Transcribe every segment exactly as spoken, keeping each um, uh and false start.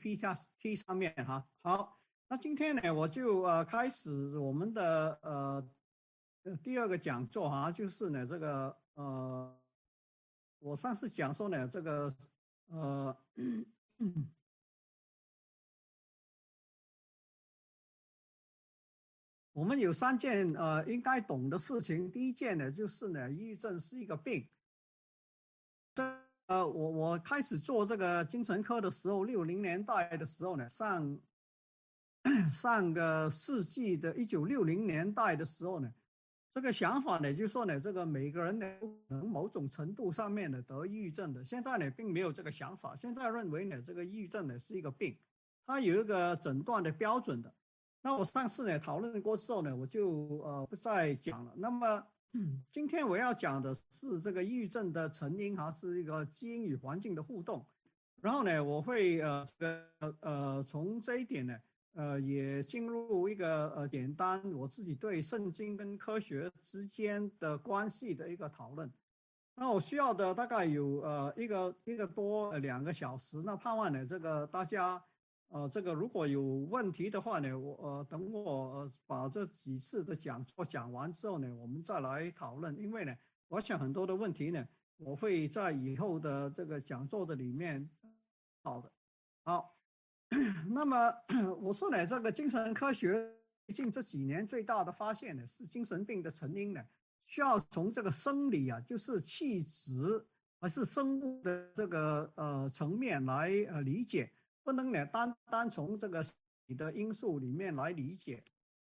P T 上面哈。好，那今天呢，我就呃开始我们的呃第二个讲座哈，就是呢这个呃，我上次讲说呢这个呃。我们有三件呃应该懂的事情。第一件呢，就是呢，抑郁症是一个病。这呃，我我开始做这个精神科的时候，六零年代的时候呢，上上个世纪的一九六零年代的时候呢，这个想法呢，就说呢，这个每个人呢，可能某种程度上面呢得抑郁症的。现在呢，并没有这个想法，现在认为呢，这个抑郁症呢是一个病，它有一个诊断的标准的。那我上次呢讨论过之后呢，我就呃不再讲了。那么、嗯、今天我要讲的是这个抑郁症的成因，还是一个基因与环境的互动。然后呢，我会呃这个呃从这一点呢，呃也进入一个呃简单我自己对圣经跟科学之间的关系的一个讨论。那我需要的大概有呃一个一个多、呃、两个小时。那盼望呢这个大家。呃，这个如果有问题的话呢，我呃等我呃把这几次的讲座讲完之后呢，我们再来讨论。因为呢，我想很多的问题呢，我会在以后的这个讲座的里面好的。好，那么我说呢，这个精神科学最近这几年最大的发现呢，是精神病的成因呢，需要从这个生理啊，就是气质还是生物的这个呃层面来呃理解。不能呢单单从这个你的因素里面来理解。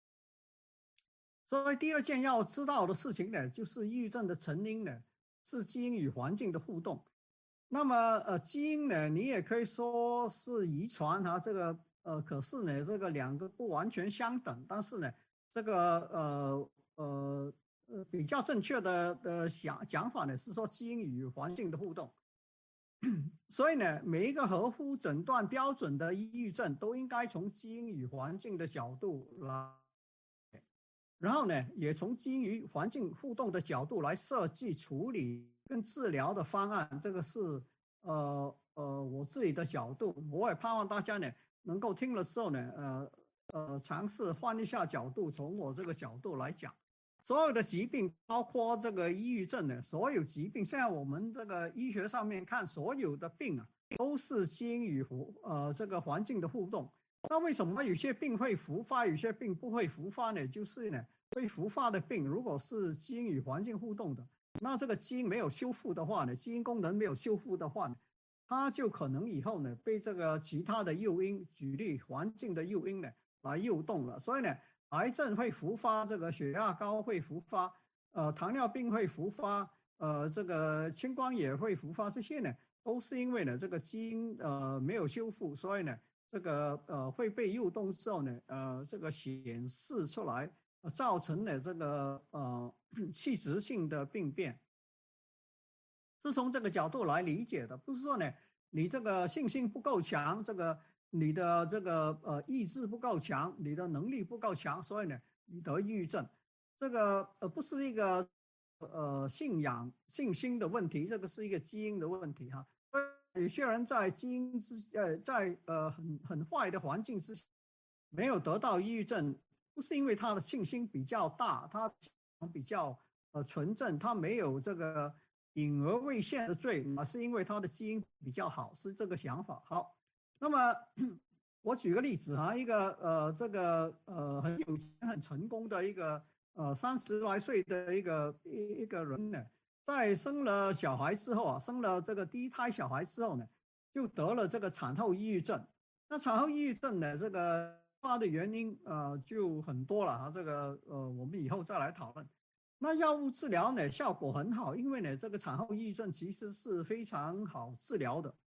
所以第二件要知道的事情呢，就是抑郁症的成因呢是基因与环境的互动。那么呃基因呢，你也可以说是遗传哈，这个呃可是呢这个两个不完全相等。但是呢这个呃呃呃比较正确的的讲讲法呢是说基因与环境的互动。所以呢，每一个合乎诊断标准的抑郁症都应该从基因与环境的角度来，然后呢，也从基因与环境互动的角度来设计处理跟治疗的方案。这个是呃呃我自己的角度，我也盼望大家呢能够听了之后呢，呃呃尝试换一下角度，从我这个角度来讲。所有的疾病，包括这个抑郁症呢，所有疾病，现在我们这个医学上面看，所有的病啊，都是基因与呃这个环境的互动。那为什么有些病会复发，有些病不会复发呢？就是呢，会复发的病，如果是基因与环境互动的，那这个基因没有修复的话呢，基因功能没有修复的话呢，它就可能以后呢被这个其他的诱因，举例环境的诱因呢来诱动了。所以呢。癌症会复发，这个血压高会复发，呃，糖尿病会复发，呃，这个青光眼会复发，这些呢都是因为呢这个基因呃没有修复，所以呢这个呃会被诱动之后呢，呃这个显示出来，呃、造成了这个呃器质性的病变，是从这个角度来理解的，不是说呢你这个信心不够强，这个。你的这个呃意志不够强，你的能力不够强，所以呢，你得抑郁症。这个呃不是一个呃信仰信心的问题，这个是一个基因的问题哈。有些人在基因之呃在呃很很坏的环境之下没有得到抑郁症，不是因为他的信心比较大，他比较呃纯正，他没有这个隐而未现的罪，而是因为他的基因比较好，是这个想法。好。那么我举个例子哈，一个呃这个呃很有钱很成功的一个呃三十来岁的一个一一个人呢，在生了小孩之后啊，生了这个第一胎小孩之后呢，就得了这个产后抑郁症。那产后抑郁症呢，这个发的原因呃就很多了哈，这个呃我们以后再来讨论。那药物治疗呢效果很好，因为呢这个产后抑郁症其实是非常好治疗的。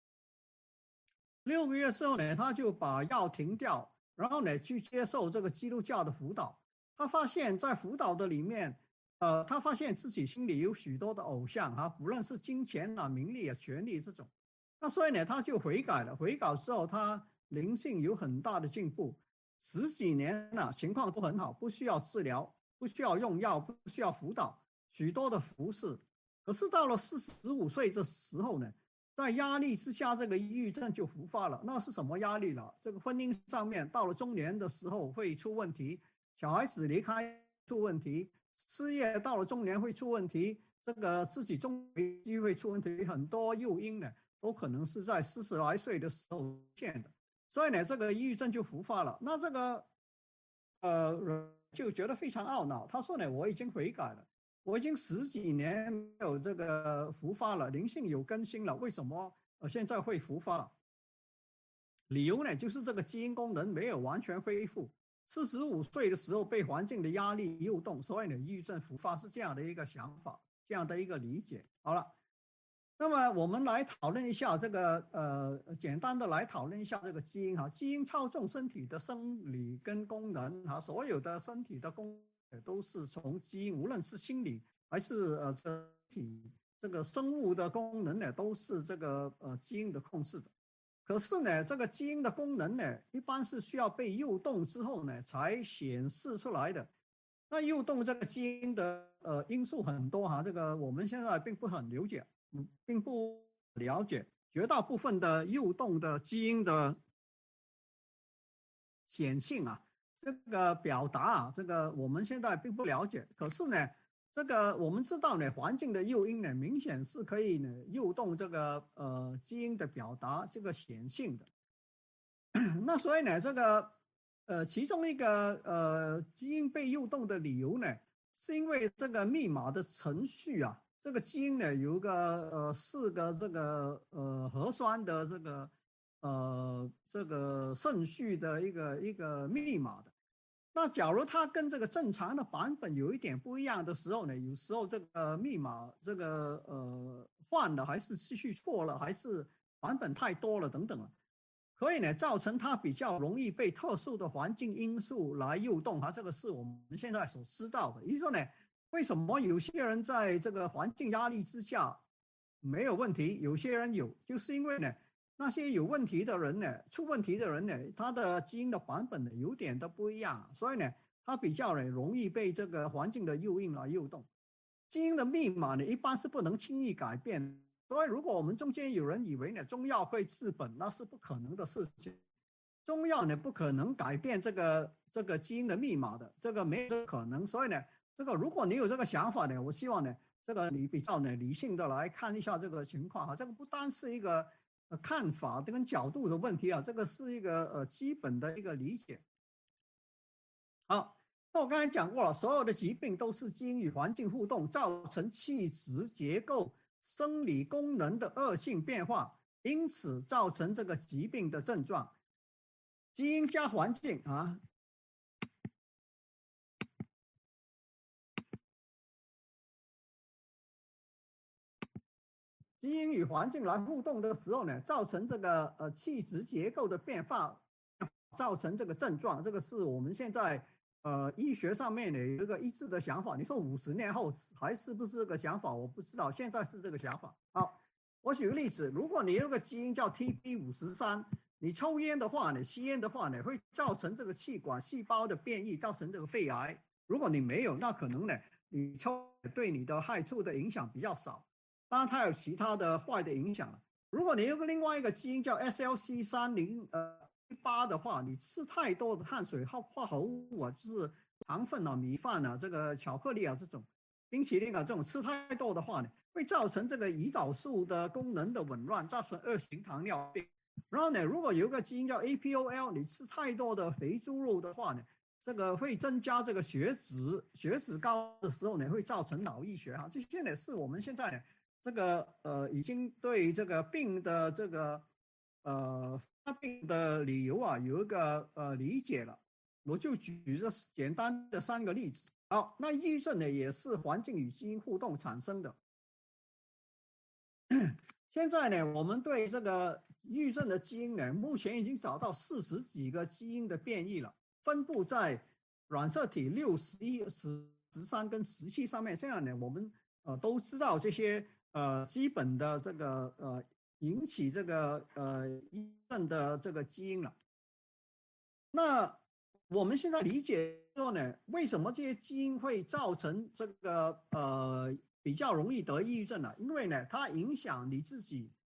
六个月之后呢，他就把药停掉，然后呢去接受这个基督教的辅导。他发现，在辅导的里面，呃，他发现自己心里有许多的偶像哈，不论是金钱啊、名利啊、权力这种。那所以呢，他就悔改了。悔改之后，他灵性有很大的进步，十几年了，情况都很好，不需要治疗，不需要用药，不需要辅导，许多的服侍。可是到了四十五岁这时候呢？ 在压力之下，这个抑郁症就复发了。那是什么压力了？这个婚姻上面到了中年的时候会出问题，小孩子离开出问题，事业到了中年会出问题，这个自己中年机会出问题，很多诱因呢都可能是在四十来岁的时候出现的。所以呢，这个抑郁症就复发了。那这个呃人就觉得非常懊恼，他说呢，我已经悔改了。我已经十几年没有这个复发了，灵性有更新了，为什么呃现在会复发了？理由呢，就是这个基因功能没有完全恢复。四十五岁的时候被环境的压力诱动，所以呢，抑郁症复发是这样的一个想法，这样的一个理解。好了，那么我们来讨论一下这个呃，简单的来讨论一下这个基因哈。基因操纵身体的生理跟功能哈，所有的身体的功能都是从基因，无论是心理还是呃身体这个生物的功能呢，都是这个呃基因的控制的。可是呢，这个基因的功能呢，一般是需要被诱动之后呢，才显示出来的。那诱动这个基因的呃因素很多哈，这个我们现在并不很了解，嗯，并不了解绝大部分的诱动的基因的显性啊，这个表达啊，这个我们现在并不了解。可是呢，这个我们知道呢，环境的诱因呢，明显是可以呢诱动这个呃基因的表达这个显性的。那所以呢，这个呃其中一个呃基因被诱动的理由呢，是因为这个密码的程序啊，这个基因呢有一个呃四个这个呃核酸的这个呃这个顺序的一个一个密码的。那假如它跟这个正常的版本有一点不一样的时候呢，有时候这个密码这个呃换了，还是继续错了，还是版本太多了等等啊，可以呢造成它比较容易被特殊的环境因素来诱动哈，这个是我们现在所知道的。也就是说呢，为什么有些人在这个环境压力之下没有问题，有些人有，就是因为呢。那些有问题的人呢，出问题的人呢，他的基因的版本呢有点都不一样，所以呢，他比较呢容易被这个环境的诱因来诱动。基因的密码呢，一般是不能轻易改变，所以如果我们中间有人以为呢中药会治本，那是不可能的事情。中药呢不可能改变这个这个基因的密码的，这个没有这个可能。所以呢，这个如果你有这个想法呢，我希望呢，这个你比较呢理性的来看一下这个情况哈，这个不单是一个。呃，看法跟角度的问题啊，这个是一个呃基本的一个理解。好，那我刚才讲过了，所有的疾病都是基因与环境互动造成气质结构、生理功能的恶性变化，因此造成这个疾病的症状。基因加环境啊。基因与环境来互动的时候呢，造成这个呃气质结构的变化，造成这个症状。这个是我们现在呃医学上面的有一个一致的想法。你说五十年后还是不是这个想法？我不知道，现在是这个想法。好，我举个例子，如果你有个基因叫 T B 五十三，你抽烟的话呢，吸烟的话呢，会造成这个气管细胞的变异，造成这个肺癌。如果你没有，那可能呢，你抽对你的害处的影响比较少。当然，它有其他的坏的影响。如果你有个另外一个基因叫 S L C 三零呃八的话，你吃太多的碳水化化合物啊，就是糖分啊、米饭啊、这个巧克力啊这种冰淇淋啊这种吃太多的话呢，会造成这个胰岛素的功能的紊乱，造成二型糖尿病。然后呢，如果有一个基因叫 A P O L， 你吃太多的肥猪肉的话呢，这个会增加这个血脂，血脂高的时候呢，会造成脑溢血哈。这些呢是我们现在呢。这个呃，已经对这个病的这个呃发病的理由啊有一个呃理解了。我就举这简单的三个例子。好，那抑郁症呢也是环境与基因互动产生的。现在呢，我们对这个抑郁症的基因呢，目前已经找到四十几个基因的变异了，分布在染色体六十一、十三跟十七上面。这样呢，我们呃都知道这些。呃，基本的这个呃引起这个呃抑郁症的这个基因了。那我们现在理解说呢，为什么这些基因会造成这个呃比较容易得抑郁症呢？因为呢，它影响你自己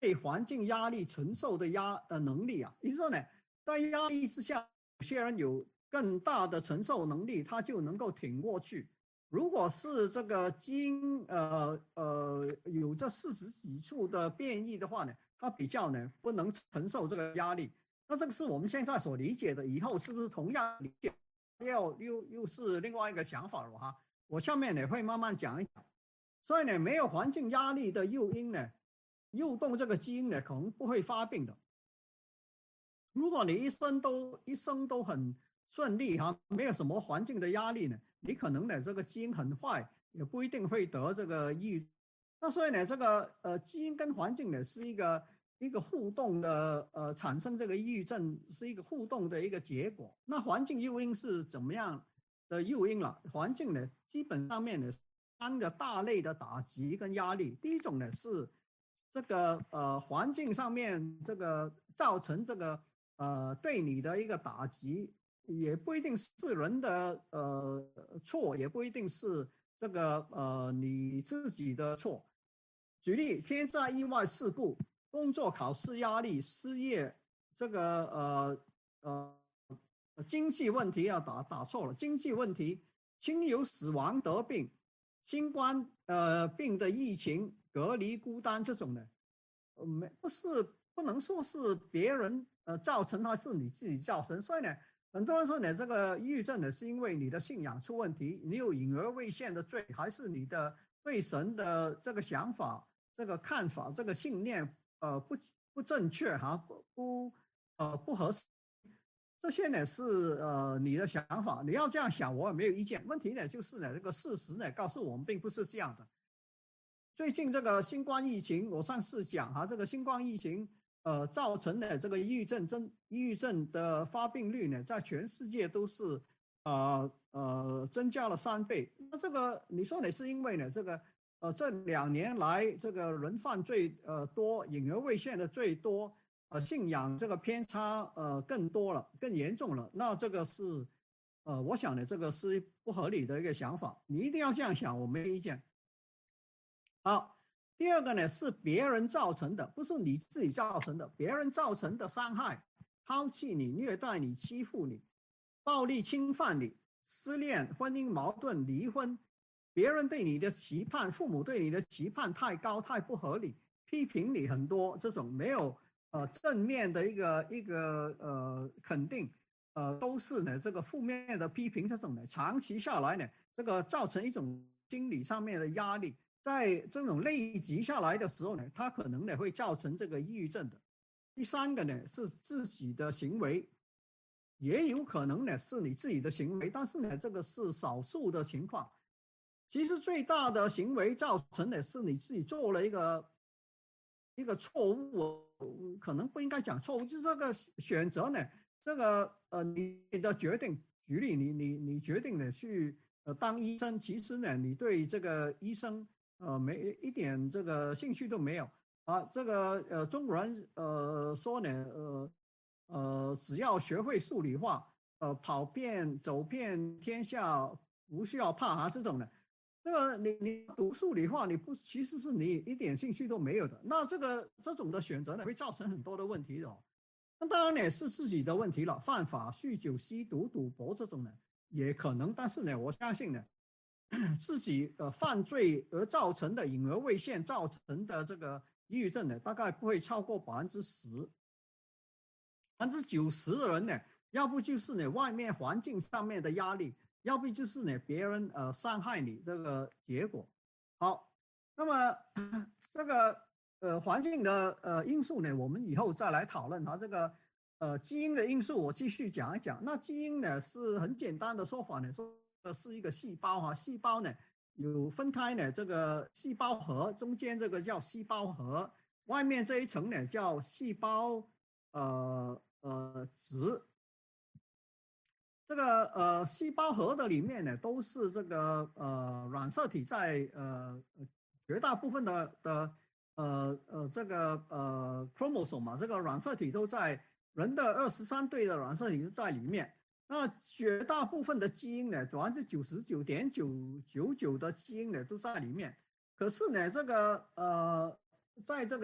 对环境压力承受的压呃能力啊。也就是说呢，在压力之下，有些人有更大的承受能力，他就能够挺过去。如果是这个基因呃呃有这四十几处的变异的话呢，它比较呢不能承受这个压力。那这个是我们现在所理解的，以后是不是同样理解？又又又是另外一个想法了哈。我下面呢会慢慢讲一讲。所以呢，没有环境压力的诱因呢，诱动这个基因呢可能不会发病的。如果你一生都一生都很顺利哈，没有什么环境的压力呢，你可能呢这个基因很坏，也不一定会得这个抑郁。那所以呢，这个呃基因跟环境呢是一个一个互动的，呃产生这个抑郁症是一个互动的一个结果。那环境诱因是怎么样的诱因了？环境呢基本上面呢三个大类的打击跟压力。第一种呢是这个呃环境上面这个造成这个呃对你的一个打击，也不一定是人的呃错，也不一定是这个呃你自己的错。举例，天灾、意外、事故、工作、考试压力、失业，这个呃呃经济问题要打打错了，经济问题、亲友死亡、得病、新冠呃病的疫情、隔离、孤单这种的，呃没不是不能说是别人呃造成，还是你自己造成。所以呢，很多人说呢，这个抑郁症呢是因为你的信仰出问题，你有隐而未现的罪，还是你的对神的这个想法、这个看法、这个信念呃不不正确哈，不不呃不合适。这些呢是呃你的想法，你要这样想我也没有意见。问题呢就是呢这个事实呢告诉我们并不是这样的。最近这个新冠疫情，我上次讲哈，这个新冠疫情呃造成的这个抑郁症增抑郁症的发病率呢，在全世界都是呃呃增加了三倍。那这个你说呢是因为呢这个呃这两年来这个人犯罪呃多，隐而未现的最多，呃信仰这个偏差呃更多了，更严重了。那这个是呃我想呢这个是不合理的一个想法，你一定要这样想，我没意见。好，第二个呢是别人造成的，不是你自己造成的，别人造成的伤害，抛弃你、虐待你、欺负你、暴力侵犯你、失恋、婚姻矛盾、离婚，别人对你的期盼，父母对你的期盼太高、太不合理，批评你很多，这种没有呃正面的一个一个呃肯定，呃都是呢这个负面的批评，这种呢长期下来呢，这个造成一种心理上面的压力。在这种累积下来的时候呢，它可能呢会造成这个抑郁症的。第三个呢是自己的行为，也有可能呢是你自己的行为，但是呢这个是少数的情况。其实最大的行为造成的是你自己做了一个一个错误，可能不应该讲错误，就是这个选择呢，这个呃你的决定，举例你你你决定呢去呃当医生，其实呢你对这个医生。呃，没一点这个兴趣都没有啊。这个呃，中国人呃说呢，呃呃，只要学会数理化，呃，跑遍走遍天下，不需要怕啊这种的。这个你你读数理化，你不其实是你一点兴趣都没有的。那这个这种的选择呢，会造成很多的问题的哦。那当然呢是自己的问题了，犯法、酗酒、吸毒、赌博这种呢也可能，但是呢，我相信呢。自己呃犯罪而造成的隐而未现造成的这个抑郁症呢，大概不会超过百分之十，百分之九十的人呢，要不就是呢外面环境上面的压力，要不就是呢别人呃伤害你这个结果。好，那么这个呃环境的呃因素呢，我们以后再来讨论它这个呃基因的因素，我继续讲一讲。那基因呢是很简单的说法呢，说是一个细胞哈，细胞呢有分开呢，这个细胞核中间这个叫细胞核，外面这一层呢叫细胞呃呃质。这个呃细胞核的里面呢都是这个呃染色体在呃绝大部分的的呃呃这个呃 chromosome 嘛，这个染色体都在人的二十三对的染色体都在里面。那绝大部分的基因呢，百分之九十九点九九九的基因呢都在里面。可是呢，这个呃，在这个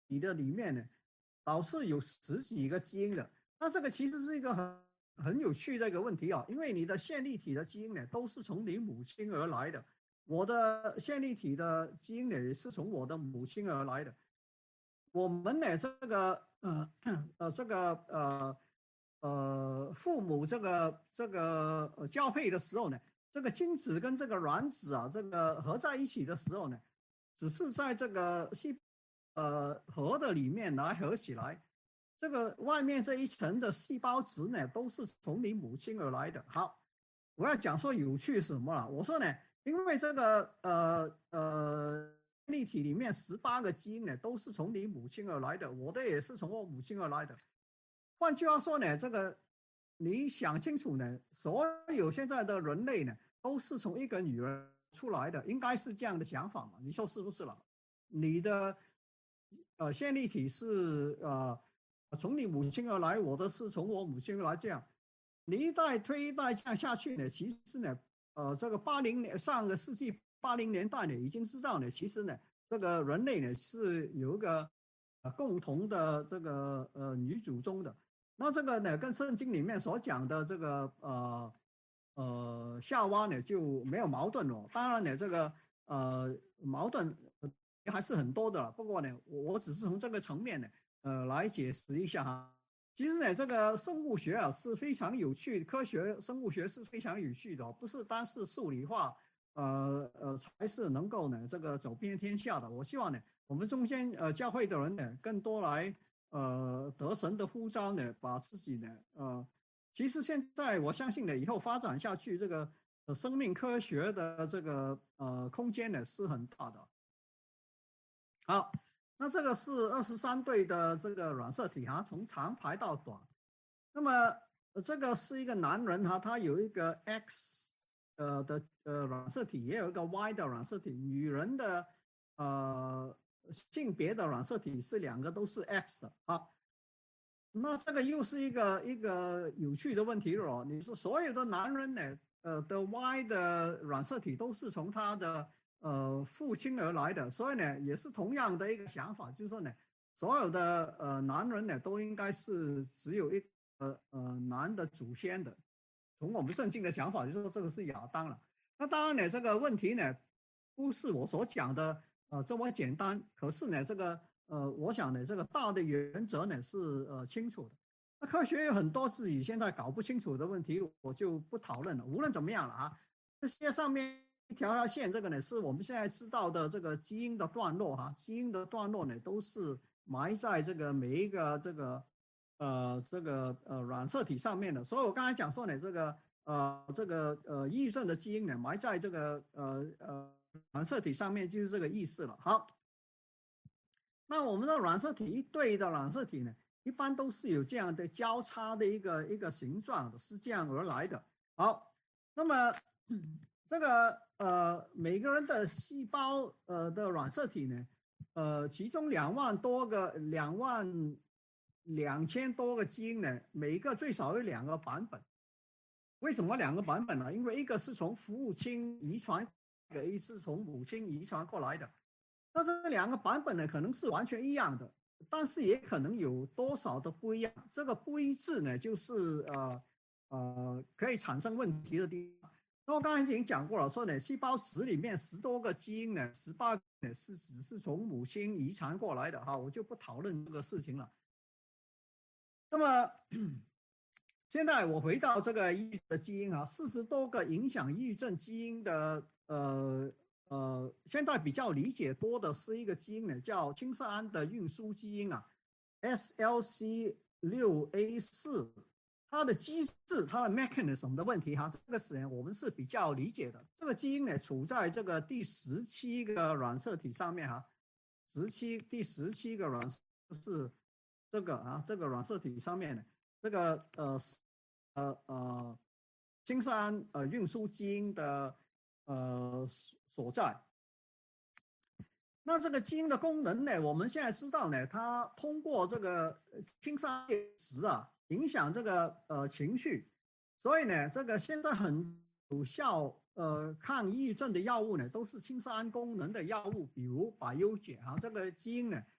体的里面呢，导致有十几个基因的。那这个其实是一个很很有趣的一个问题啊，因为你的线粒体的基因呢，都是从你母亲而来的，我的线粒体的基因呢，也是从我的母亲而来的。我们呢，这个呃呃这个呃呃父母这个这个呃交配的时候呢，这个精子跟这个卵子啊，这个合在一起的时候呢，只是在这个细呃核的里面来合起来，这个外面这一层的细胞质呢，都是从你母亲而来的。好，我要讲说有趣是什么了？我说呢，因为这个呃呃立体里面十八个基因呢，都是从你母亲而来的，我的也是从我母亲而来的。换句话说呢，这个你想清楚呢，所有现在的人类呢，都是从一个女儿出来的，应该是这样的想法嘛？你说是不是了？你的呃线粒体是呃从你母亲而来，我的是从我母亲而来，这样你一代推一代这样下去呢，其实呢，呃，这个八零年上个世纪八零年代呢，已经知道呢，其实呢，这个人类呢是有一个呃共同的这个呃女祖宗的。那这个呢，跟圣经里面所讲的这个呃呃夏娃呢就没有矛盾了。当然呢，这个呃矛盾还是很多的。不过呢，我我只是从这个层面呢，呃来解释一下哈。其实呢，这个生物学啊是非常有趣，科学生物学是非常有趣的，不是单是数理化，呃呃才是能够呢这个走遍天下的。我希望呢，我们中间呃教会的人呢，更多来。呃，得神的呼召呢，把自己呢，呃，其实现在我相信呢，以后发展下去，这个呃生命科学的这个呃空间呢是很大的。好，那这个是二十三对的这个染色体哈，从长排到短。那么、呃、这个是一个男人哈，他有一个 X 呃的呃染色体，也有一个 Y 的染色体。女人的呃性别的染色体是两个都是 X 的啊。那这个又是一个一个有趣的问题了。你说所有的男人呢，呃的 Y 的染色体都是从他的呃父亲而来的，所以呢也是同样的一个想法，就是说呢，所有的呃男人呢都应该是只有一个呃男的祖先的。从我们圣经的想法，就是说这个是亚当了。那当然呢，这个问题呢不是我所讲的呃这么简单，可是呢这个。呃，我想呢，这个大的原则呢是呃清楚的。那科学有很多自己现在搞不清楚的问题，我就不讨论了。无论怎么样了啊，这些上面一条条线，这个呢是我们现在知道的这个基因的段落哈，基因的段落呢都是埋在这个每一个这个呃这个呃染色体上面的。所以我刚才讲说呢，这个呃这个呃抑郁症的基因呢埋在这个呃呃染色体上面，就是这个意思了。好。那我们的染色体一对的染色体呢，一般都是有这样的交叉的一个一个形状的，是这样而来的。好，那么这个呃每个人的细胞呃的染色体呢，呃其中两万多个两万两千多个基因呢，每一个最少有两个版本。为什么两个版本呢？因为一个是从父亲遗传，一个是从母亲遗传过来的。那这两个版本呢，可能是完全一样的，但是也可能有多少的不一样。这个不一致呢，就是呃呃可以产生问题的地方。那我刚才已经讲过了，说呢，细胞质里面十多个基因呢，十八个呢是只是从母亲遗传过来的哈，我就不讨论这个事情了。那么现在我回到这个抑郁的基因啊，四十多个影响抑郁症基因的呃。呃，现在比较理解多的是一个基因呢，叫青色胺的运输基因啊 ，S L C 六 A 四，它的机制、它的 mechanism 的问题哈，这个是呢我们是比较理解的。这个基因呢处在这个第十七个染色体上面哈，十七第十七个染色是这个啊，这个染色体上面呢，这个呃呃呃青色胺呃运输基因的呃。所在。那这个基因的功能呢？我们现在知道呢，它通过这个青色叶质啊，影响这个呃情绪，所以呢，这个现在很有效呃抗抑郁症的药物呢，都是青色胺功能的药物，比如百忧解啊，这个基因呢，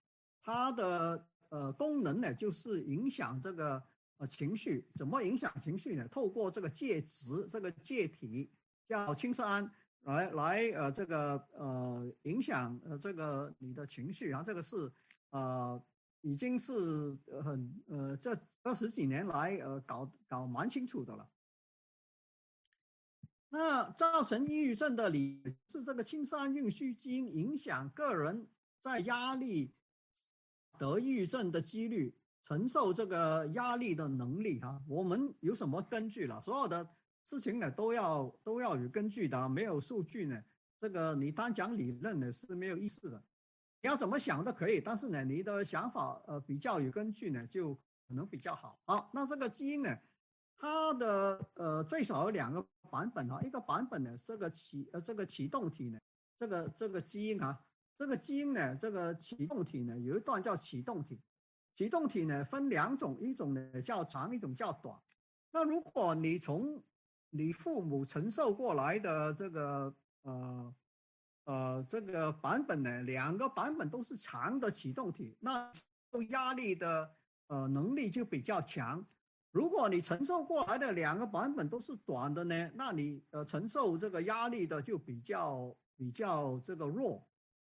它的呃功能呢，就是影响这个呃情绪。怎么影响情绪呢？透过这个介质，这个介体叫青色胺来来呃这个呃影响呃这个你的情绪啊，这个是呃已经是很呃这二十几年来呃搞搞蛮清楚的了。那造成抑郁症的理由是这个青色胺运输基因影响个人在压力得抑郁症的几率，承受这个压力的能力哈、啊。我们有什么根据了？所有的事情呢都要都要有根据的、啊，没有数据呢，这个你单讲理论呢是没有意思的。你要怎么想都可以，但是呢，你的想法呃比较有根据呢，就可能比较好。好，那这个基因呢，它的呃最少有两个版本哈，一个版本呢，这个启呃这个启动体呢，这个这个基因啊，这个基因呢，这个启动体呢，有一段叫启动体，启动体呢分两种，一种呢叫长，一种叫短。那如果你从你父母承受过来的这个呃呃这个版本呢，两个版本都是长的启动体，那受压力的呃能力就比较强。如果你承受过来的两个版本都是短的呢，那你呃承受这个压力的就比较比较这个弱。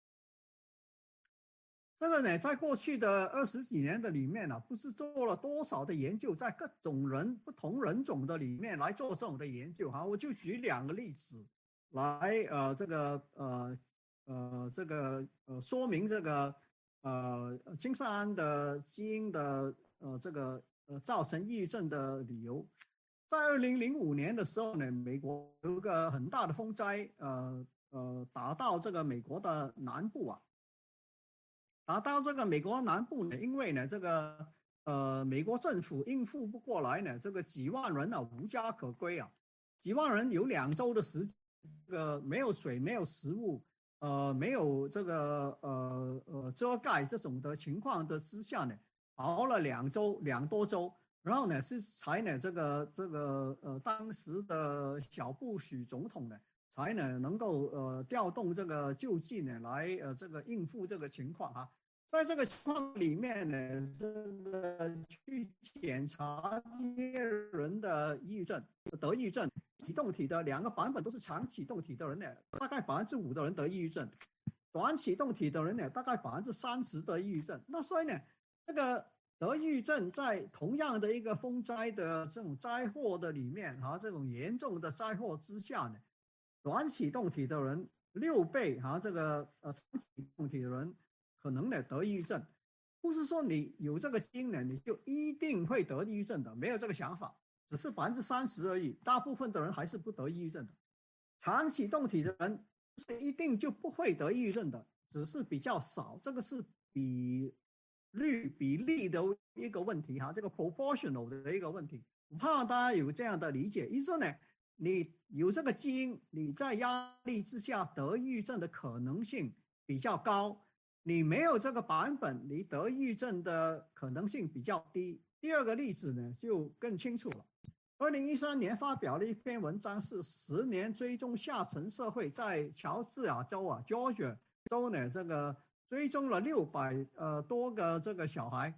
这个呢，在过去的二十几年的里面呢、啊，不知做了多少的研究，在各种人不同人种的里面来做这种的研究哈。我就举两个例子来呃这个呃呃这个呃说明这个呃青色胺的基因的呃这个呃造成抑郁症的理由。在二零零五年的时候呢，美国有一个很大的风灾，呃呃打到这个美国的南部啊。打到这个美国南部呢，因为呢这个呃美国政府应付不过来呢，这个几万人啊无家可归啊，几万人有两周的时间，这个没有水、没有食物，呃没有这个呃呃遮盖这种的情况的之下呢，熬了两周两多周，然后呢是才呢这个这个呃当时的小布什总统呢。才呢能够呃调动这个救济呢来呃这个应付这个情况哈、啊。在这个情况里面呢，这个去检查这些人的抑郁症、得抑郁症启动体的两个版本都是长启动体的人呢，大概百分之五的人得抑郁症，短启动体的人呢，大概百分之三十得抑郁症。那所以呢，这个得抑郁症在同样的一个风灾的这种灾祸的里面哈、啊，这种严重的灾祸之下呢。短启动体的人六倍哈、啊，这个呃长启动体的人可能呢得抑郁症，不是说你有这个基因呢你就一定会得抑郁症的，没有这个想法，只是百分之三十而已，大部分的人还是不得抑郁症的。长启动体的人是一定就不会得抑郁症的，只是比较少，这个是比率比例的一个问题哈，这个 proportional 的一个问题，我怕大家有这样的理解，意思说呢。你有这个基因，你在压力之下得抑郁症的可能性比较高；你没有这个版本，你得抑郁症的可能性比较低。第二个例子呢，就更清楚了。二零一三年发表了一篇文章，是十年追踪下层社会，在乔治亚州啊 （Georgia 州）呢，这个追踪了六百呃多个这个小孩，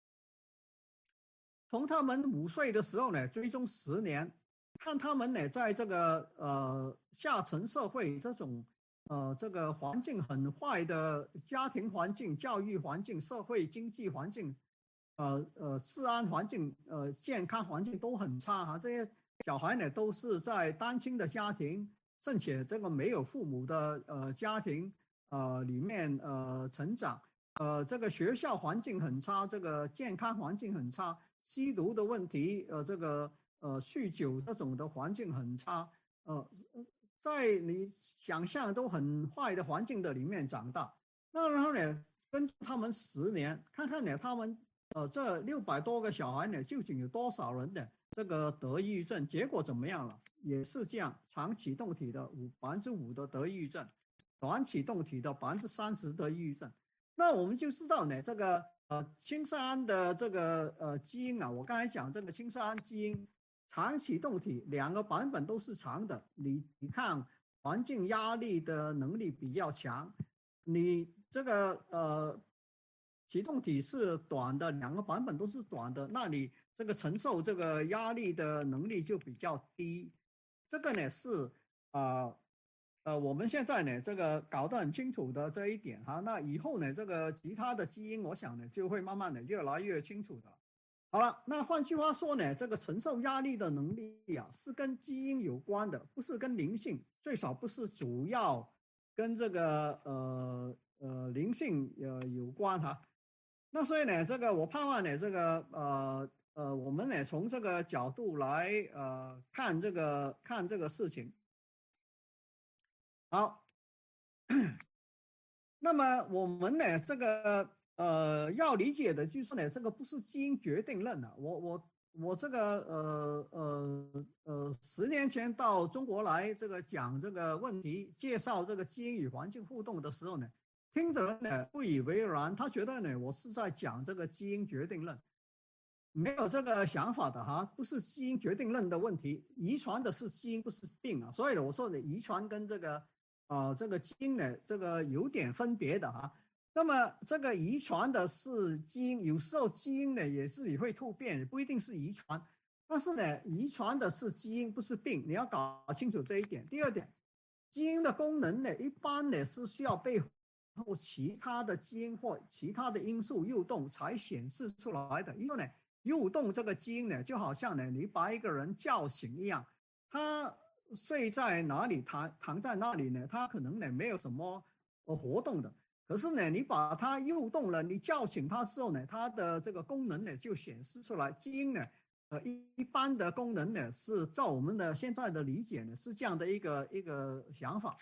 从他们五岁的时候呢，追踪十年。看他们呢，在这个呃下层社会这种呃这个环境很坏的家庭环境、教育环境、社会经济环境，呃呃治安环境、呃健康环境都很差哈。这些小孩呢都是在单亲的家庭，甚至这个没有父母的呃家庭呃里面呃成长，呃这个学校环境很差，这个健康环境很差，吸毒的问题，呃这个。呃，酗酒这种的环境很差，呃，在你想象都很坏的环境的里面长大。那然后呢，跟他们十年，看看呢，他们呃这六百多个小孩呢，究竟有多少人呢？这个得抑郁症，结果怎么样了？也是这样，长启动体的五百分之五的得抑郁症，短启动体的百分之三十得抑郁症。那我们就知道呢，这个呃青色胺的这个呃基因啊，我刚才讲这个青色胺基因。长启动体两个版本都是长的，你你看环境压力的能力比较强，你这个呃启动体是短的，两个版本都是短的，那你这个承受这个压力的能力就比较低。这个呢是啊。呃呃，我们现在呢，这个搞得很清楚的这一点哈，那以后呢，这个其他的基因，我想呢，就会慢慢的越来越清楚的。好了，那换句话说呢，这个承受压力的能力啊，是跟基因有关的，不是跟灵性，最少不是主要跟这个呃呃灵性呃有关哈。那所以呢，这个我盼望呢，这个呃呃，我们呢从这个角度来呃看这个看这个事情。好，那么我们呢，这个呃要理解的就是呢，这个不是基因决定论的。我我我这个呃呃呃，十年前到中国来这个讲这个问题，介绍这个基因与环境互动的时候呢，听的人呢不以为然，他觉得呢我是在讲这个基因决定论，没有这个想法的哈，不是基因决定论的问题，遗传的是基因，不是病啊。所以我说的遗传跟这个啊、呃、这个基因呢，这个有点分别的哈。那么这个遗传的是基因，有时候基因呢也自己会突变，也不一定是遗传。但是呢，遗传的是基因，不是病，你要搞清楚这一点。第二点，基因的功能呢，一般呢是需要被或其他的基因或其他的因素诱动才显示出来的。因为呢，诱动这个基因呢，就好像呢，你把一个人叫醒一样，他睡在哪里，躺躺在那里呢，他可能呢没有什么呃活动的。可是呢，你把它诱动了，你叫醒它之后呢，它的这个功能呢就显示出来。基因呢，呃一一般的功能呢是照我们的现在的理解呢是这样的一个一个想法。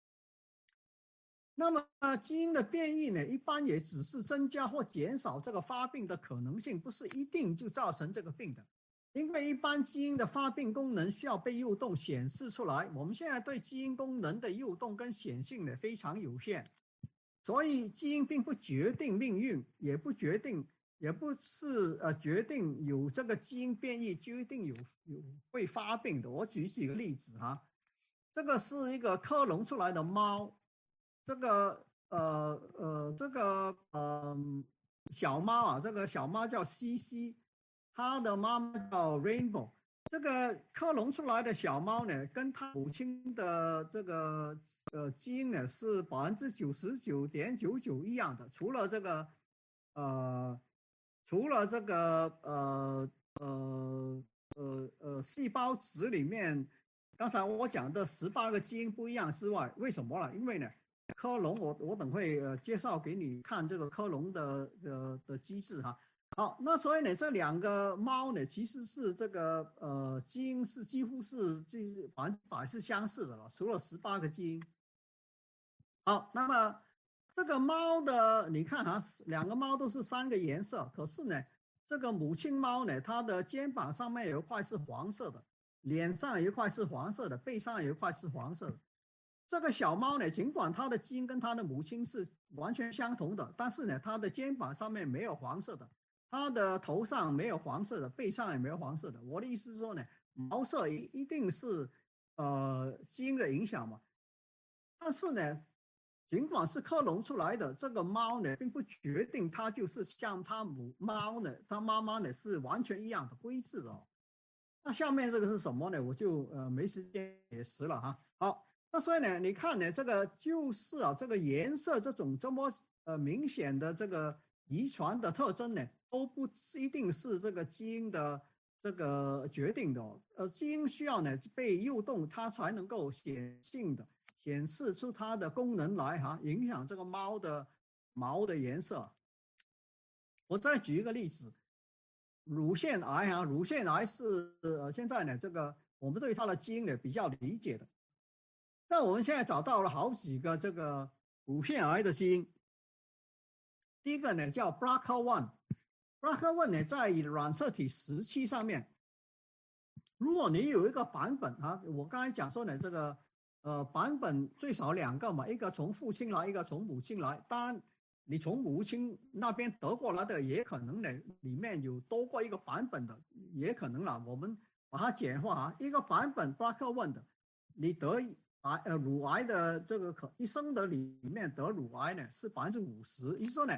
那么基因的变异呢，一般也只是增加或减少这个发病的可能性，不是一定就造成这个病的。因为一般基因的发病功能需要被诱动显示出来，我们现在对基因功能的诱动跟显性呢非常有限，所以基因并不决定命运，也不决定，也不是呃决定有这个基因变异就一定有有会发病的。我举几个例子哈，这个是一个克隆出来的猫。这个呃呃，这个呃小猫啊，这个小猫叫西西，它的妈妈叫 Rainbow。这个克隆出来的小猫呢，跟它母亲的这个呃基因呢是百分之九十九点九九一样的，除了这个呃除了这个呃呃呃呃细胞质里面，刚才我讲的十八个基因不一样之外，为什么呢？因为呢。科隆我我等会呃介绍给你看这个科隆的呃的机制哈。好，那所以呢这两个猫呢其实是这个呃基因是几乎是就是百分之百是相似的了，除了十八个基因。好，那么这个猫的你看哈，两个猫都是三个颜色，可是呢这个母亲猫呢它的肩膀上面有一块是黄色的，脸上有一块是黄色的，背上有一块是黄色的。这个小猫呢，尽管它的基因跟它的母亲是完全相同的，但是呢，它的肩膀上面没有黄色的，它的头上没有黄色的，背上也没有黄色的。我的意思是说呢，毛色一一定是呃基因的影响嘛。但是呢，尽管是克隆出来的这个猫呢，并不决定它就是像它母猫呢，它妈妈呢是完全一样的规制的哦。那下面这个是什么呢？我就呃没时间解释了哈。好。那所以呢，你看呢，这个就是啊，这个颜色这种这么呃明显的这个遗传的特征呢，都不一定是这个基因的这个决定的哦。呃，基因需要呢被诱动，它才能够显性的显示出它的功能来哈，影响这个猫的毛的颜色。我再举一个例子，乳腺癌啊，乳腺癌是呃现在呢这个我们对它的基因呢比较理解的。那我们现在找到了好几个这个乳腺癌的基因。第一个呢叫 B R C A 一 ，B R C A 一 呢在染色体十七上面。如果你有一个版本啊，我刚才讲说呢，这个呃版本最少两个嘛，一个从父亲来，一个从母亲来。当然，你从母亲那边得过来的也可能呢，里面有多过一个版本的，也可能啦。我们把它简化啊，一个版本 B R C A 一 的，你得癌呃乳癌的这个可一生的里面得乳癌呢是百分之五十，也就是说呢，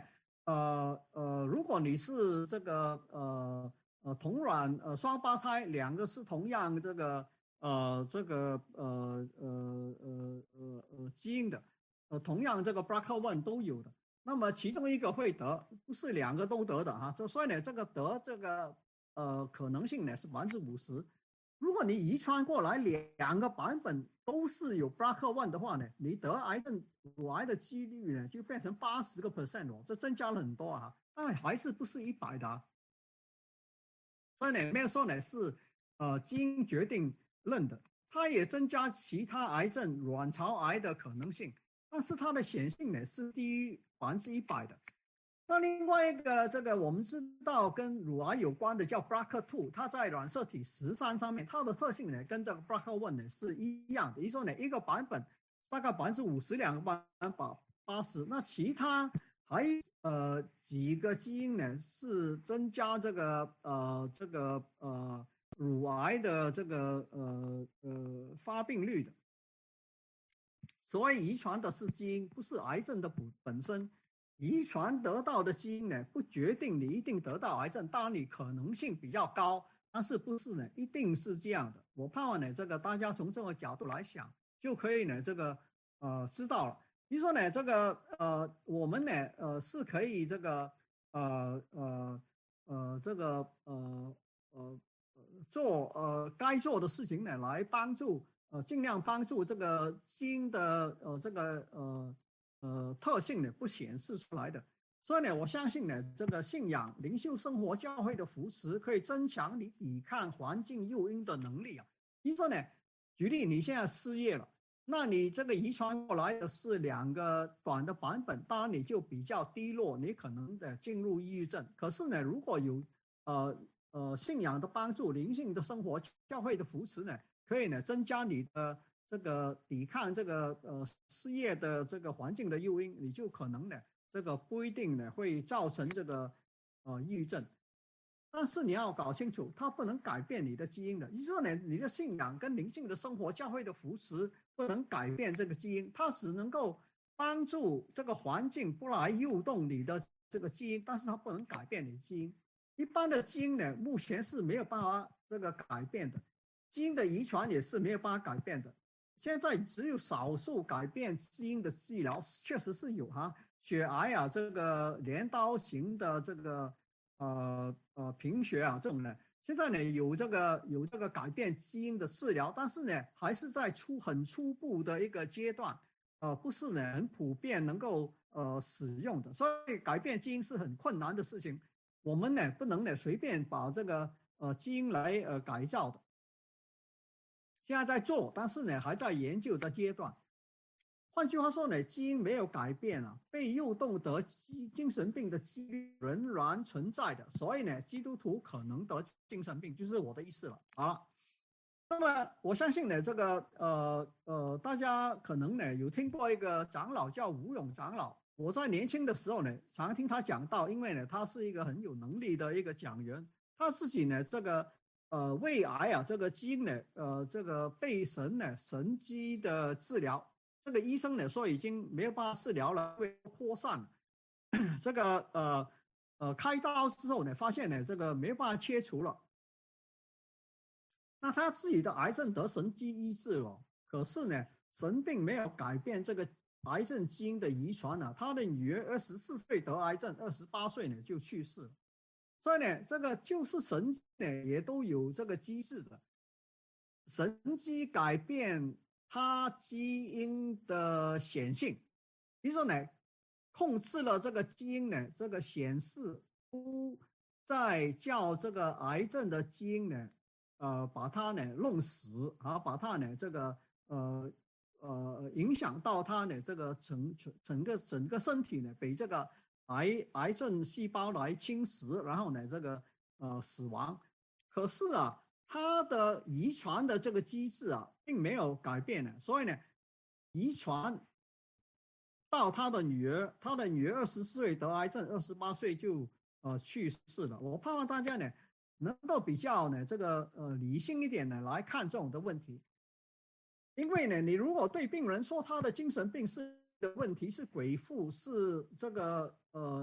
呃呃，如果你是这个呃呃同卵呃双胞胎，两个是同样这个呃这个呃呃呃呃呃基因的，呃同样这个 B R C A 一 都有的，那么其中一个会得，不是两个都得的哈，这所以呢，这个得这个呃可能性呢是百分之五十。如果你遗传过来两个版本都是有 B R C A 一 的话呢，你得癌症乳癌的几率呢就变成八十个 percent 哦，这增加了很多啊，但还是不是一百的啊。所以呢，没有说呢是呃基因决定论的，它也增加其他癌症、卵巢癌的可能性，但是它的显性呢是低于百分之一百的。那另外一个这个我们知道跟乳癌有关的叫 B R C A 二，它在染色体十三上面，它的特性呢跟这个 B R C A 一 呢是一样的，也就是说呢一个版本大概百分之五十，两个版本八十，那其他还呃几个基因呢是增加这个呃这个呃乳癌的这个呃呃发病率的。所谓遗传的是基因，不是癌症的本身。遗传得到的基因呢，不决定你一定得到癌症，当然你可能性比较高，但是不是呢，一定是这样的。我盼望呢，这个大家从这个角度来想，就可以呢，这个呃知道了。比如说呢，这个呃我们呢呃是可以这个呃呃呃这个呃呃做呃该做的事情呢，来帮助呃尽量帮助这个基因的呃这个呃呃特性呢不显示出来的。所以呢，我相信呢，这个信仰、灵修生活、教会的扶持，可以增强你抵抗环境诱因的能力啊。比如说呢，举例你现在失业了，那你这个遗传过来的是两个短的版本，当然你就比较低落，你可能的进入抑郁症。可是呢，如果有呃呃信仰的帮助、灵性的生活、教会的扶持呢，可以呢增加你的这个抵抗这个呃失业的这个环境的诱因，你就可能呢。这个不一定呢会造成这个呃抑郁症，但是你要搞清楚，它不能改变你的基因的。也就是说呢，你的信仰跟灵性的生活、教会的扶持不能改变这个基因，它只能够帮助这个环境不来诱动你的这个基因，但是它不能改变你的基因。一般的基因呢，目前是没有办法这个改变的，基因的遗传也是没有办法改变的。现在只有少数改变基因的治疗确实是有哈。血癌啊，这个镰刀型的这个呃呃贫血啊，这种呢，现在呢有这个有这个改变基因的治疗，但是呢还是在初很初步的一个阶段，呃不是呢很普遍能够呃使用的，所以改变基因是很困难的事情，我们呢不能呢随便把这个呃基因来呃改造的，现在在做，但是呢还在研究的阶段。换句话说呢，基因没有改变啊，被诱动得精神病的几率仍然存在的，所以呢，基督徒可能得精神病，就是我的意思了啊。那么我相信呢，这个呃呃，大家可能呢有听过一个长老叫吴勇长老，我在年轻的时候呢，常听他讲道，因为呢，他是一个很有能力的一个讲员，他自己呢这个呃胃癌啊这个基因呢呃这个被神呢神机的治疗。这个医生呢说已经没有办法治疗了，会扩散了。这个呃呃开刀之后呢，发现呢这个没有办法切除了。那他自己的癌症得神机医治了，可是呢，神并没有改变这个癌症基因的遗传啊。他的女儿二十四岁得癌症，二十八岁呢就去世了。所以呢，这个就是神呢也都有这个机制的，神机改变它基因的显性，比如说呢，控制了这个基因呢，这个显示不再叫这个癌症的基因呢，呃，把它呢弄死啊，把它呢这个呃呃影响到它呢这个整整整个整个身体呢被这个癌癌症细胞来侵蚀，然后呢这个呃死亡。可是啊。它的遗传的这个机制啊，并没有改变呢，所以呢，遗传到他的女儿，他的女儿二十四岁得癌症，二十八岁就呃去世了。我盼望大家呢，能够比较呢这个呃理性一点的来看这种的问题，因为呢，你如果对病人说他的精神病是的问题是鬼附，是这个呃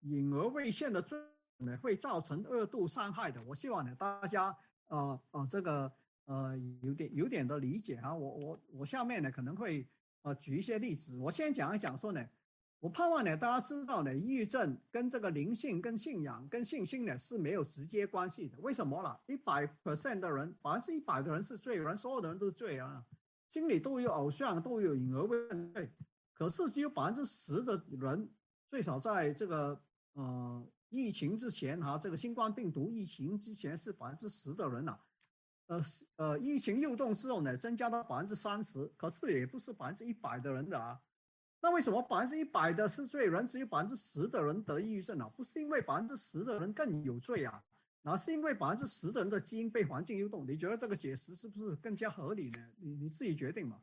隐而未现的罪呢，会造成二度伤害的。我希望呢，大家呃呃这个呃有点有点的理解啊。我我我下面呢可能会呃举一些例子。我先讲一讲说呢，我盼望呢大家知道呢，抑郁症跟这个灵性、跟信仰、跟信心呢是没有直接关系的。为什么了？一百 percent 的人，百分之一百的人是罪人，所有的人都是罪人啊，心里都有偶像，都有隐而未现罪。可是只有百分之十的人，最少在这个呃疫情之前哈、啊，这个新冠病毒疫情之前是百分之十的人呐、啊，呃呃，疫情诱动之后呢，增加到百分之三十，可是也不是百分之一百的人的啊。那为什么百分之一百的是罪人，只有百分之十的人得抑郁症啊？不是因为百分之十的人更有罪啊，那是因为百分之十的人的基因被环境诱动。你觉得这个解释是不是更加合理呢？你你自己决定嘛。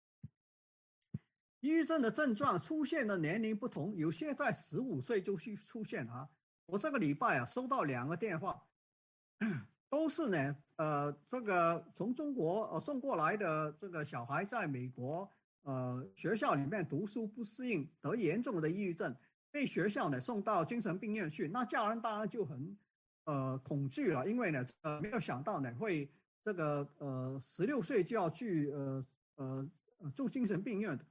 抑郁症的症状出现的年龄不同，有些在十五岁就去出现啊。我这个礼拜啊收到两个电话，都是呢，呃，这个从中国呃送过来的这个小孩在美国呃学校里面读书不适应，得严重的抑郁症，被学校呢送到精神病院去。那家人当然就很呃恐惧了，因为呢呃没有想到呢会这个呃十六岁就要去呃呃住精神病院的。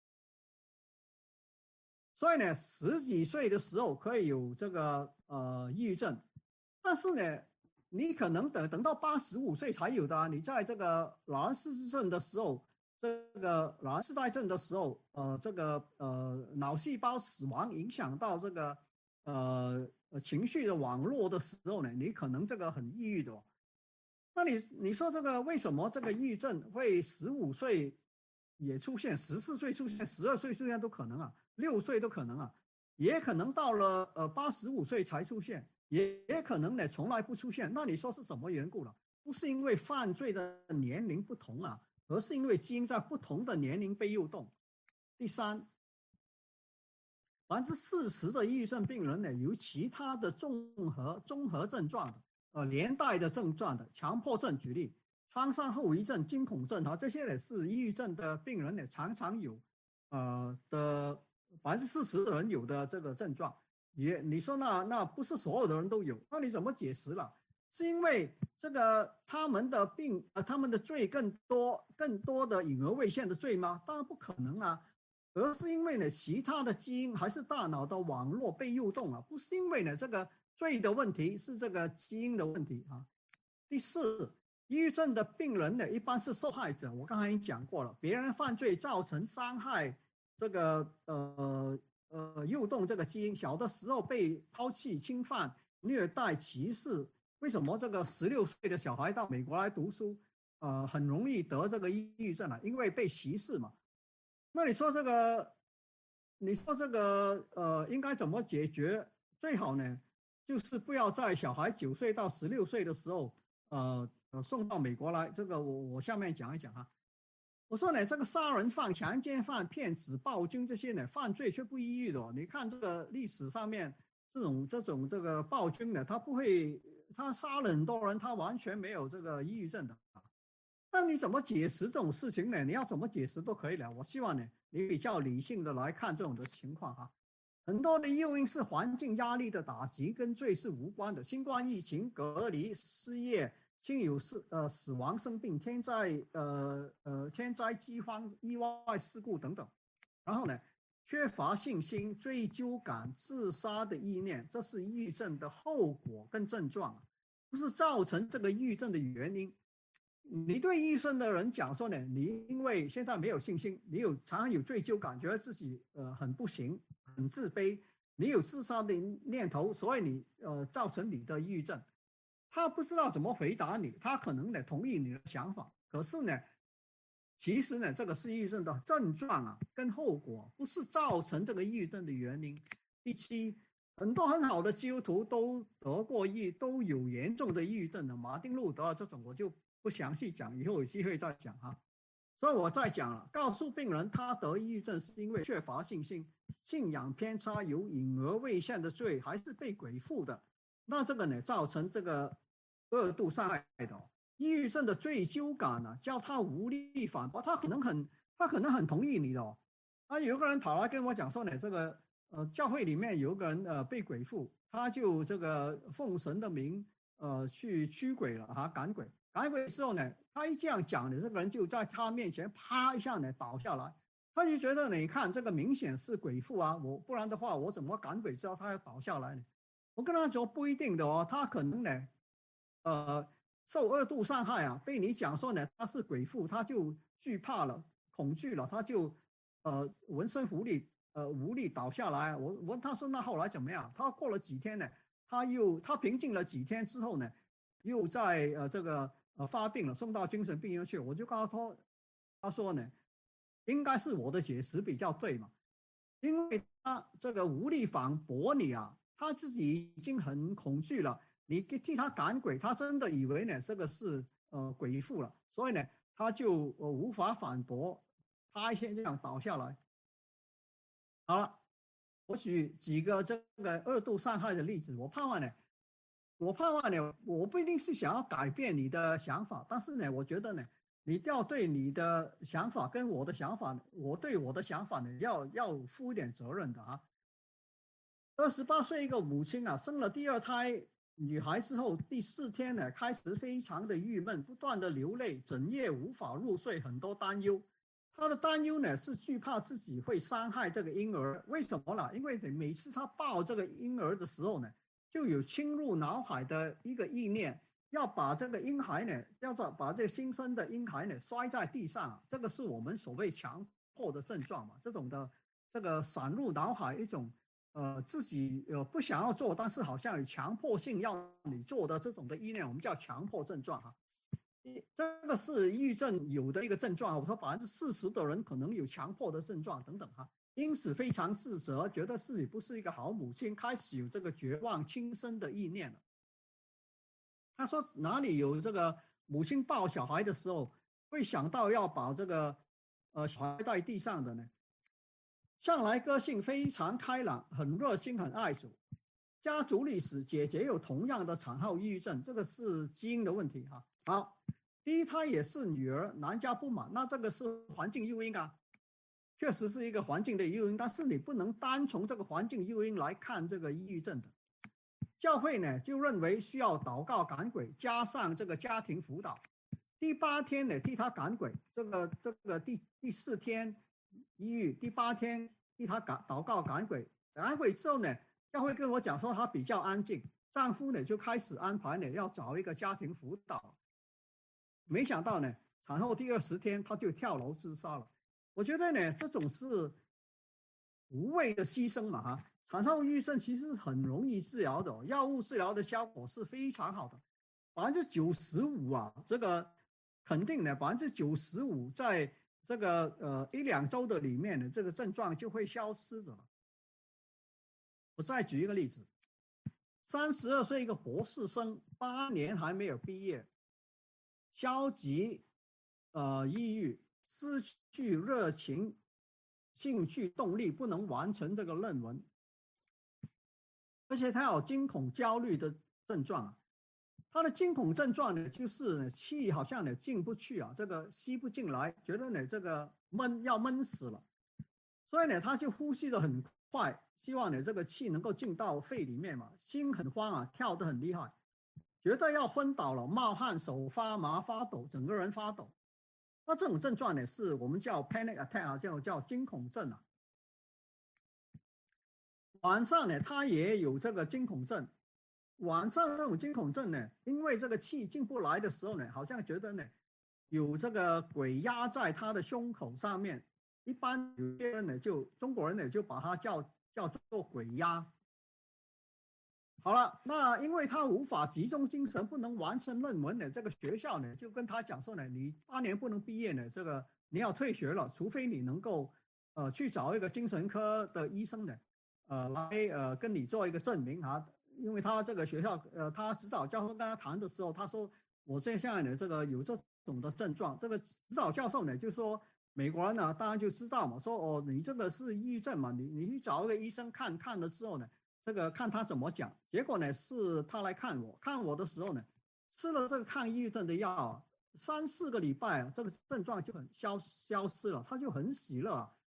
所以呢，十几岁的时候可以有这个呃抑郁症，但是呢，你可能等等到八十五岁才有的啊。你在这个老年失智症的时候，这个老年痴呆症的时候，呃，这个呃脑细胞死亡影响到这个呃情绪的网络的时候呢，你可能这个很抑郁的哦。那你你说这个为什么这个抑郁症会十五岁也出现，十四岁出现，十二岁出现都可能啊，六岁都可能啊，也可能到了呃八十五岁才出现，也也可能呢从来不出现。那你说是什么缘故了？不是因为犯罪的年龄不同啊，而是因为基因在不同的年龄被诱动。第三，百分之四十的抑郁症病人呢，有其他的综合综合症状的，呃，连带的症状的，强迫症举例，创伤后遗症、惊恐症啊，这些呢是抑郁症的病人呢常常有，呃的百分之四十的人有的这个症状。也你说那那不是所有的人都有，那你怎么解释了？是因为这个他们的病呃他们的罪更多更多的隐而未现的罪吗？当然不可能啊。而是因为呢，其他的基因还是大脑的网络被诱动啊，不是因为呢这个罪的问题，是这个基因的问题啊。第四，抑郁症的病人呢，一般是受害者，我刚才已经讲过了，别人犯罪造成伤害，这个呃呃诱动这个基因，小的时候被抛弃、侵犯、虐待、歧视，为什么这个十六岁的小孩到美国来读书，呃，很容易得这个抑郁症啊？因为被歧视嘛。那你说这个，你说这个呃，应该怎么解决？最好呢，就是不要在小孩九岁到十六岁的时候，呃呃送到美国来。这个我我下面讲一讲哈。我说呢，这个杀人犯、强奸犯、骗子、暴君这些呢，犯罪却不抑郁的哦。你看这个历史上面这种这种这个暴君呢，他不会，他杀了很多人，他完全没有这个抑郁症的。那你怎么解释这种事情呢？你要怎么解释都可以了。我希望呢，你比较理性的来看这种的情况哈。很多的诱因是环境压力的打击，跟罪是无关的。新冠疫情、隔离、失业、亲友死呃死亡、生病、天灾呃呃天灾、饥荒、意外事故等等。然后呢，缺乏信心、追究感、自杀的意念，这是抑郁症的后果跟症状，不是造成这个抑郁症的原因。你对医生的人讲说呢，你因为现在没有信心，你有常常有罪疚感，觉得自己呃很不行，很自卑，你有自杀的念头，所以你呃造成你的抑郁症。他不知道怎么回答你，他可能呢同意你的想法，可是呢，其实呢这个是抑郁症的症状啊，跟后果，不是造成这个抑郁症的原因。第七，很多很好的基督徒都得过抑，都有严重的抑郁症的。马丁路德这种我就不详细讲，以后有机会再讲哈。所以我再讲了，告诉病人他得抑郁症是因为缺乏信心、信仰偏差、有隐而未现的罪，还是被鬼附的。那这个呢，造成这个二度伤害的、哦。抑郁症的追究感呢、啊，叫他无力反驳，他可能很，他可能很同意你的哦。啊，有个人跑来跟我讲说呢，这个呃教会里面有个人呃被鬼附，他就这个奉神的名呃去驱鬼了啊，赶鬼，赶鬼之后呢，他一这样讲呢，这个人就在他面前啪一下呢倒下来，他就觉得呢，你看这个明显是鬼附啊，我不然的话我怎么赶鬼之后他要倒下来呢？我跟他说不一定的哦，他可能呢，呃，受二度伤害啊，被你讲说呢他是鬼附，他就惧怕了、恐惧了，他就呃浑身无力，呃无力倒下来。我问他说那后来怎么样？他过了几天呢，他又他平静了几天之后呢，又在呃这个呃发病了，送到精神病院去。我就告诉他，他说呢，应该是我的解释比较对嘛，因为他这个无力反驳你啊。他自己已经很恐惧了，你替他赶鬼，他真的以为呢这个是呃鬼附了，所以呢他就呃无法反驳，他先这样倒下来。好了，我举几个这个二度伤害的例子，我盼望呢，我盼望呢，我不一定是想要改变你的想法，但是呢，我觉得呢，你要对你的想法跟我的想法，我对我的想法呢，要要负一点责任的啊。二十八岁一个母亲啊，生了第二胎女孩之后，第四天呢，开始非常的郁闷，不断的流泪，整夜无法入睡，很多担忧。她的担忧呢，是惧怕自己会伤害这个婴儿。为什么呢？因为每次她抱这个婴儿的时候呢，就有侵入脑海的一个意念，要把这个婴孩呢，要把这个新生的婴孩呢摔在地上。这个是我们所谓强迫的症状嘛，这种的这个闪入脑海一种。呃，自己呃不想要做，但是好像有强迫性要你做的这种的意念，我们叫强迫症状哈。这个是抑郁症有的一个症状，我说百分之四十的人可能有强迫的症状等等哈，因此非常自责，觉得自己不是一个好母亲，开始有这个绝望轻生的意念了。他说哪里有这个母亲抱小孩的时候会想到要把这个呃小孩在地上的呢？向来个性非常开朗，很热心，很爱主。家族历史，姐姐有同样的产后抑郁症，这个是基因的问题哈。好，第一胎也是女儿，男家不满，那这个是环境诱因啊，确实是一个环境的诱因，但是你不能单从这个环境诱因来看这个抑郁症的。教会呢就认为需要祷告赶鬼，加上这个家庭辅导。第八天呢替他赶鬼，这个这个第第四天抑郁，第八天替他赶祷告赶鬼，赶鬼之后呢，教会跟我讲说他比较安静，丈夫呢就开始安排呢要找一个家庭辅导，没想到呢产后第二十天他就跳楼自杀了。我觉得呢这种是无谓的牺牲嘛哈，产后抑郁症其实很容易治疗的、哦，药物治疗的效果是非常好的，百分之九十五啊，这个。肯定的，百分之九十五在这个呃一两周的里面呢，这个症状就会消失的了。我再举一个例子，三十二岁一个博士生，八年还没有毕业，消极、呃抑郁，失去热情、兴趣、动力，不能完成这个论文，而且他有惊恐、焦虑的症状啊。他的惊恐症状呢，就是呢气好像呢进不去啊，这个吸不进来，觉得呢这个闷要闷死了，所以呢他就呼吸得很快，希望呢这个气能够进到肺里面嘛，心很慌啊，跳得很厉害，觉得要昏倒了，冒汗、手发麻、发抖，整个人发抖。那这种症状呢，是我们叫 panic attack 啊，叫叫惊恐症啊。晚上呢，他也有这个惊恐症。晚上这种惊恐症呢，因为这个气进不来的时候呢，好像觉得呢有这个鬼压在他的胸口上面。一般有些人呢，就中国人呢就把它叫叫做鬼压。好了，那因为他无法集中精神，不能完成论文呢，这个学校呢就跟他讲说呢，你八年不能毕业呢，这个你要退学了，除非你能够呃去找一个精神科的医生呢，呃来呃跟你做一个证明啊。因为他这个学校，呃，他指导教授跟他谈的时候，他说我现在呢，这个有这种的症状，这个指导教授呢就说，美国人呢当然就知道嘛，说哦，你这个是抑郁症嘛，你你去找一个医生看看的时候呢，这个看他怎么讲。结果呢是他来看我，看我的时候呢，吃了这个抗抑郁症的药，三四个礼拜啊，这个症状就很消消失了，他就很喜乐啊。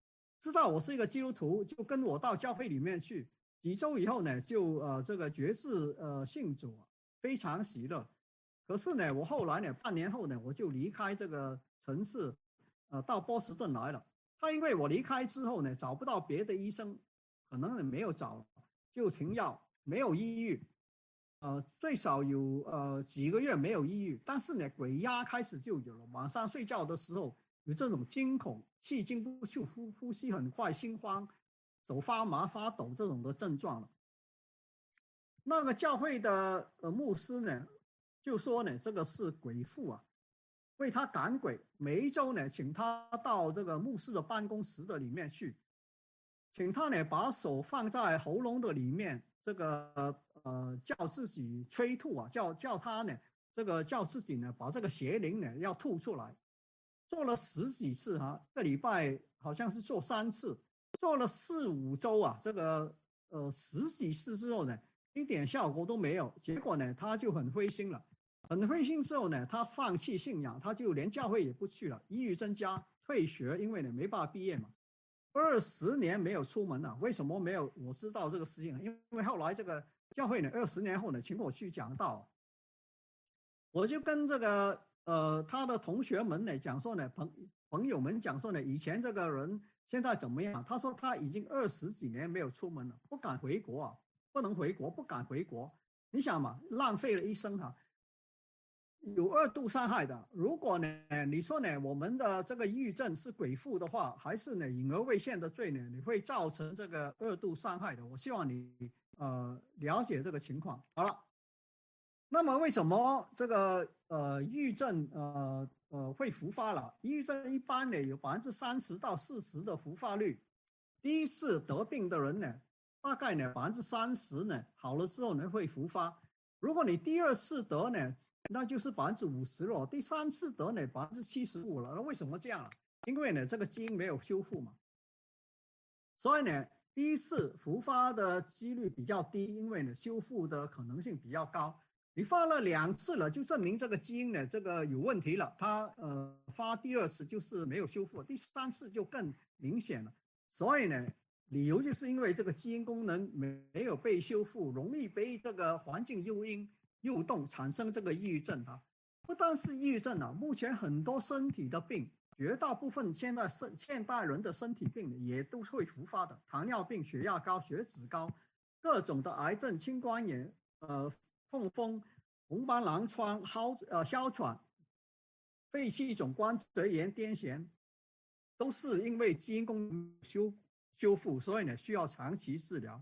知道我是一个基督徒，就跟我到教会里面去。几周以后呢，就呃这个决志呃信主，非常喜乐。可是呢，我后来呢，半年后呢，我就离开这个城市，呃，到波士顿来了。他因为我离开之后呢，找不到别的医生，可能没有找，就停药，没有抑郁，呃，最少有呃几个月没有抑郁。但是呢，鬼压开始就有了，晚上睡觉的时候有这种惊恐、气经不住、呼呼吸很快、心慌、手发麻、发抖这种的症状了。那个教会的呃牧师呢，就说呢，这个是鬼附啊，为他赶鬼。每一周呢，请他到这个牧师的办公室的里面去，请他呢把手放在喉咙的里面，这个呃叫自己催吐啊，叫叫他呢这个叫自己呢把这个邪灵呢要吐出来。做了十几次哈、啊，这个礼拜好像是做三次，做了四五周啊，这个呃十几次之后呢，一点效果都没有。结果呢，他就很灰心了。很灰心之后呢，他放弃信仰，他就连教会也不去了，抑郁增加，退学，因为呢没办法毕业嘛。二十年没有出门了，为什么没有？我知道这个事情，因为后来这个教会呢，二十年后呢，请我去讲道，我就跟这个呃他的同学们呢讲说呢，朋朋友们讲说呢，以前这个人现在怎么样？他说他已经二十几年没有出门了，不敢回国啊，不能回国，不敢回国。你想嘛，浪费了一生哈、啊。有二度伤害的。如果呢，你说呢，我们的这个抑郁症是鬼附的话，还是呢隐而未现的罪呢？你会造成这个二度伤害的。我希望你呃了解这个情况。好了，那么为什么这个呃抑郁症呃呃会复发了？抑郁症一般呢有百分之三十到四十的复发率。第一次得病的人呢，大概呢百分之三十呢好了之后呢会复发。如果你第二次得呢，那就是百分之五十了。第三次得呢，百分之七十五了。那为什么这样啊？因为呢，这个基因没有修复嘛。所以呢，第一次复发的几率比较低，因为呢，修复的可能性比较高。你发了两次了，就证明这个基因呢，这个有问题了。它呃发第二次就是没有修复，第三次就更明显了。所以呢，理由就是因为这个基因功能没有被修复，容易被这个环境诱因。诱动产生这个抑郁症啊，不单是抑郁症啊，目前很多身体的病，绝大部分现在现现代人的身体病也都会复发的，糖尿病、血压高、血脂高，各种的癌症、青光眼、呃痛风、红斑狼疮、哮呃哮喘、肺气肿、关节炎、癫痫，都是因为基因功能修修复，所以呢需要长期治疗。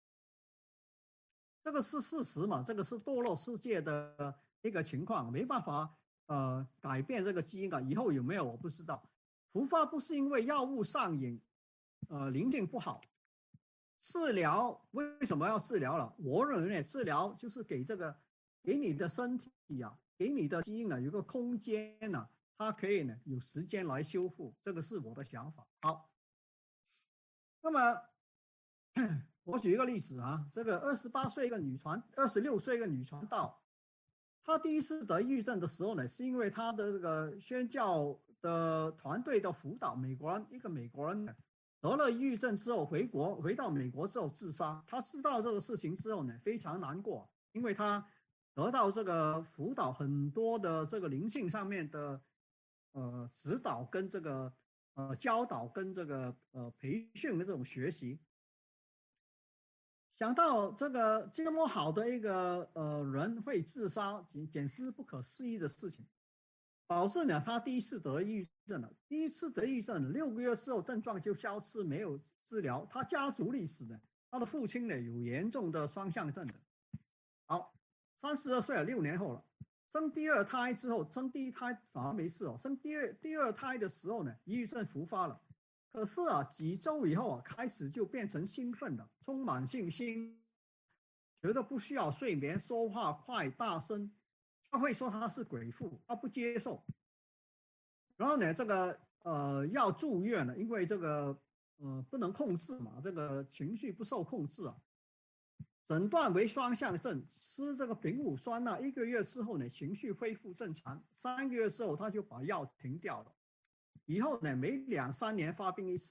这个是事实嘛？这个是堕落世界的一个情况，没办法呃改变这个基因啊。以后有没有我不知道。复发不是因为药物上瘾，呃，灵性不好。治疗为什么要治疗了？我认为治疗就是给这个给你的身体啊，给你的基因啊有个空间呢、啊，它可以呢有时间来修复。这个是我的想法。好，那么。我举一个例子啊，这个二十八岁一个女传，二十六岁一个女传道，她第一次得抑郁症的时候呢，是因为她的这个宣教的团队的辅导，美国人一个美国人得了抑郁症之后回国，回到美国之后自杀。她知道这个事情之后呢，非常难过，因为她得到这个辅导很多的这个灵性上面的呃指导跟这个呃教导跟这个呃培训的这种学习。想到这个这么好的一个呃人会自杀，简简直不可思议的事情。导致呢，他第一次得抑郁症了。第一次得抑郁症，六个月之后症状就消失，没有治疗。他家族历史呢，他的父亲呢有严重的双向症的。好，三十二岁了，六年后了，生第二胎之后，生第一胎反而没事哦，生第二第二胎的时候呢，抑郁症复发了。可是啊，几周以后啊，开始就变成兴奋了，充满信心，觉得不需要睡眠，说话快大声。他会说他是鬼附，他不接受。然后呢，这个呃要住院了，因为这个呃不能控制嘛，这个情绪不受控制啊。诊断为双向症，吃这个丙戊酸钠，一个月之后呢，情绪恢复正常，三个月之后他就把药停掉了。以后呢，每两三年发病一次，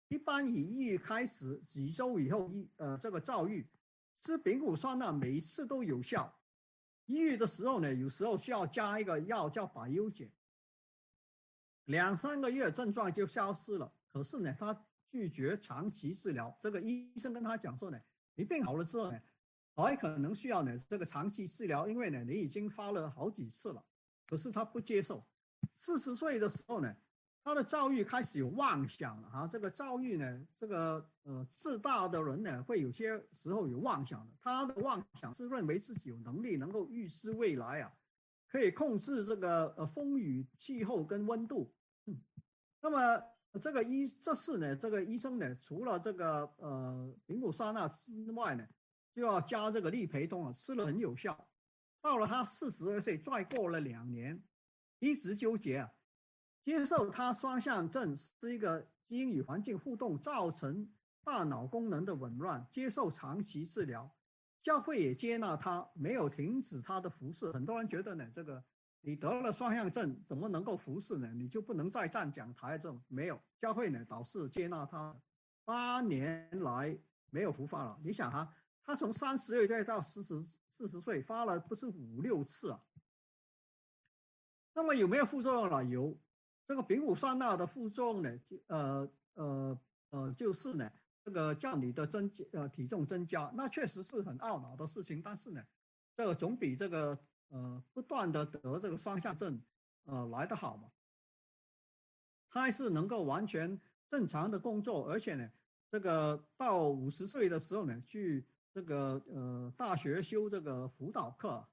一般以抑郁开始几周以后，抑呃这个躁郁，吃丙谷酸钠每一次都有效。抑郁的时候呢，有时候需要加一个药叫百忧解，两三个月症状就消失了。可是呢，他拒绝长期治疗。这个医生跟他讲说呢，你病好了之后呢，还可能需要呢这个长期治疗，因为呢你已经发了好几次了。可是他不接受。四十岁的时候呢，他的躁郁开始有妄想了啊。这个躁郁呢，这个呃自大的人呢，会有些时候有妄想的。他的妄想是认为自己有能力能够预知未来啊，可以控制这个呃风雨气候跟温度。嗯，那么这个医这次呢，这个医生呢，除了这个呃丙谷酸钠之外呢，就要加这个利培通啊，吃了很有效。到了他四十二岁，再过了两年，一直纠结啊，接受他双向症是一个基因与环境互动造成大脑功能的紊乱，接受长期治疗。教会也接纳他，没有停止他的服侍。很多人觉得呢，这个你得了双向症，怎么能够服侍呢？你就不能再站讲台这种？没有，教会呢导师接纳他，八年来没有复发了。你想哈，他从三十岁到四十四十岁发了不是五六次啊。那么有没有副作用了？有，这个丙谷酸钠的副作用呢，呃呃呃，就是呢，这个叫你的增呃体重增加，那确实是很懊恼的事情。但是呢，这个总比这个呃不断的得这个双向症呃来得好嘛。他还是能够完全正常的工作，而且呢，这个到五十岁的时候呢，去这个呃大学修这个辅导课。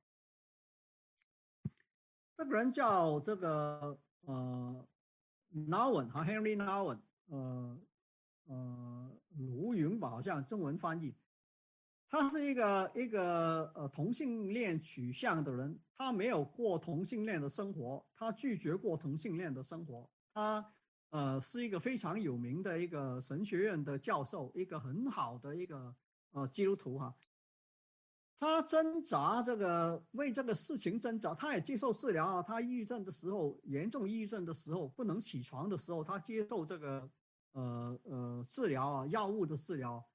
这个人叫这个呃 Nowen 和 Henry Nowen， 呃呃卢云吧，好像中文翻译。他是一个一个呃同性恋取向的人，他没有过同性恋的生活，他拒绝过同性恋的生活。他呃是一个非常有名的一个神学院的教授，一个很好的一个呃基督徒哈。他挣扎这个为这个事情挣扎，他也接受治疗啊。他抑郁症的时候，严重抑郁症的时候，不能起床的时候，他接受这个呃呃治疗啊，药物的治疗。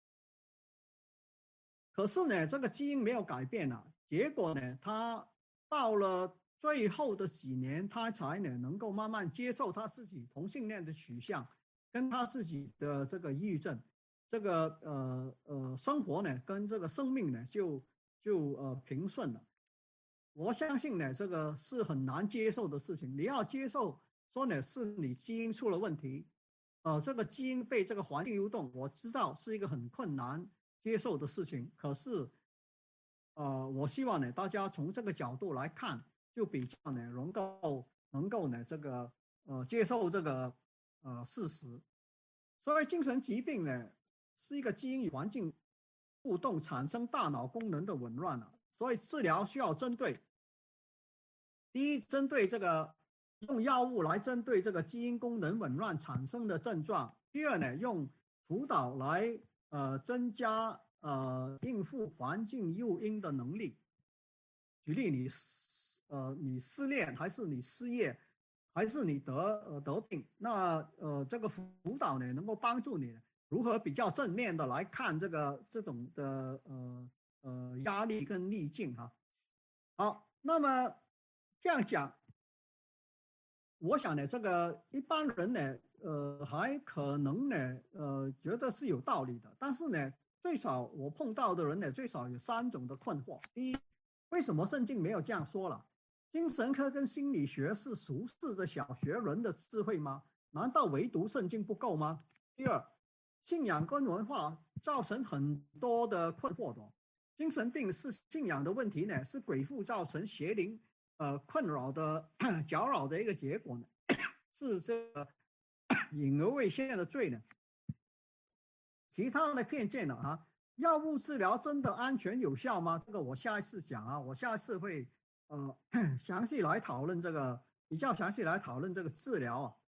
可是呢，这个基因没有改变啊。结果呢，他到了最后的几年，他才呢能够慢慢接受他自己同性恋的取向，跟他自己的这个抑郁症。这个呃呃生活呢，跟这个生命呢，就就呃平顺了。我相信呢，这个是很难接受的事情。你要接受说呢，是你基因出了问题，呃，这个基因被这个环境流动，我知道是一个很困难接受的事情。可是，呃，我希望呢，大家从这个角度来看，就比较呢，能够能够呢，这个呃接受这个呃事实。所以，精神疾病呢，是一个基因与环境互动产生大脑功能的紊乱了，所以治疗需要针对。第一，针对这个用药物来针对这个基因功能紊乱产生的症状。第二呢，用辅导来呃增加呃应付环境诱因的能力。举例你呃你失恋还是你失业，还是你得呃得病，那呃这个辅导呢能够帮助你如何比较正面的来看这个这种的呃呃压力跟逆境哈。好，那么这样讲，我想呢，这个一般人呢，呃，还可能呢，呃，觉得是有道理的。但是呢，最少我碰到的人呢，最少有三种的困惑。第一，为什么圣经没有这样说了？精神科跟心理学是俗世的小学人的智慧吗？难道唯独圣经不够吗？第二，信仰跟文化造成很多的困惑的。精神病是信仰的问题呢，是鬼附造成邪灵呃困扰的搅扰的一个结果呢，是这个隐而未现的罪呢。其他的偏见了啊，药物治疗真的安全有效吗？这个我下一次讲啊，我下一次会呃详细来讨论这个，比较详细来讨论这个治疗啊。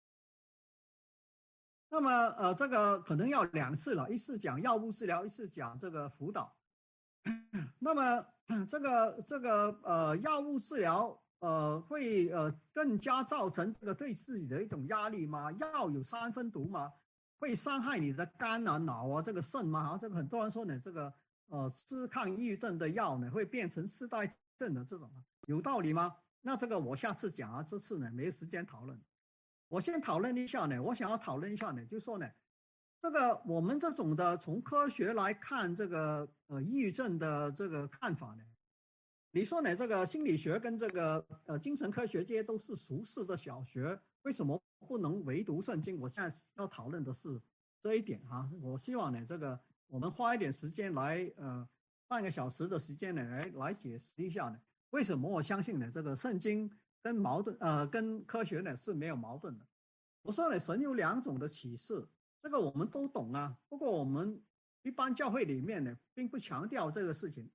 那么呃这个可能要两次了，一次讲药物治疗，一次讲这个辅导。那么这个这个呃药物治疗呃会呃更加造成这个对自己的一种压力吗？药有三分毒吗？ 会伤害你的肝啊、脑啊、这个肾嘛，啊，这个很多人说呢，这个呃治抗抑郁症的药呢会变成痴呆症的这种，有道理吗？那这个我下次讲啊，这次呢没有时间讨论。我先讨论一下呢，我想要讨论一下呢，就是说呢，这个我们这种的从科学来看这个呃抑郁症的这个看法呢，你说呢？这个心理学跟这个呃精神科学这些都是熟识的小学，为什么不能唯独圣经？我现在要讨论的是这一点哈。我希望呢，这个我们花一点时间来呃半个小时的时间呢，来来解释一下呢，为什么我相信呢？这个圣经跟矛盾呃跟科学呢是没有矛盾的。我说呢，神有两种的启示，这个我们都懂啊。不过我们一般教会里面呢，并不强调这个事情。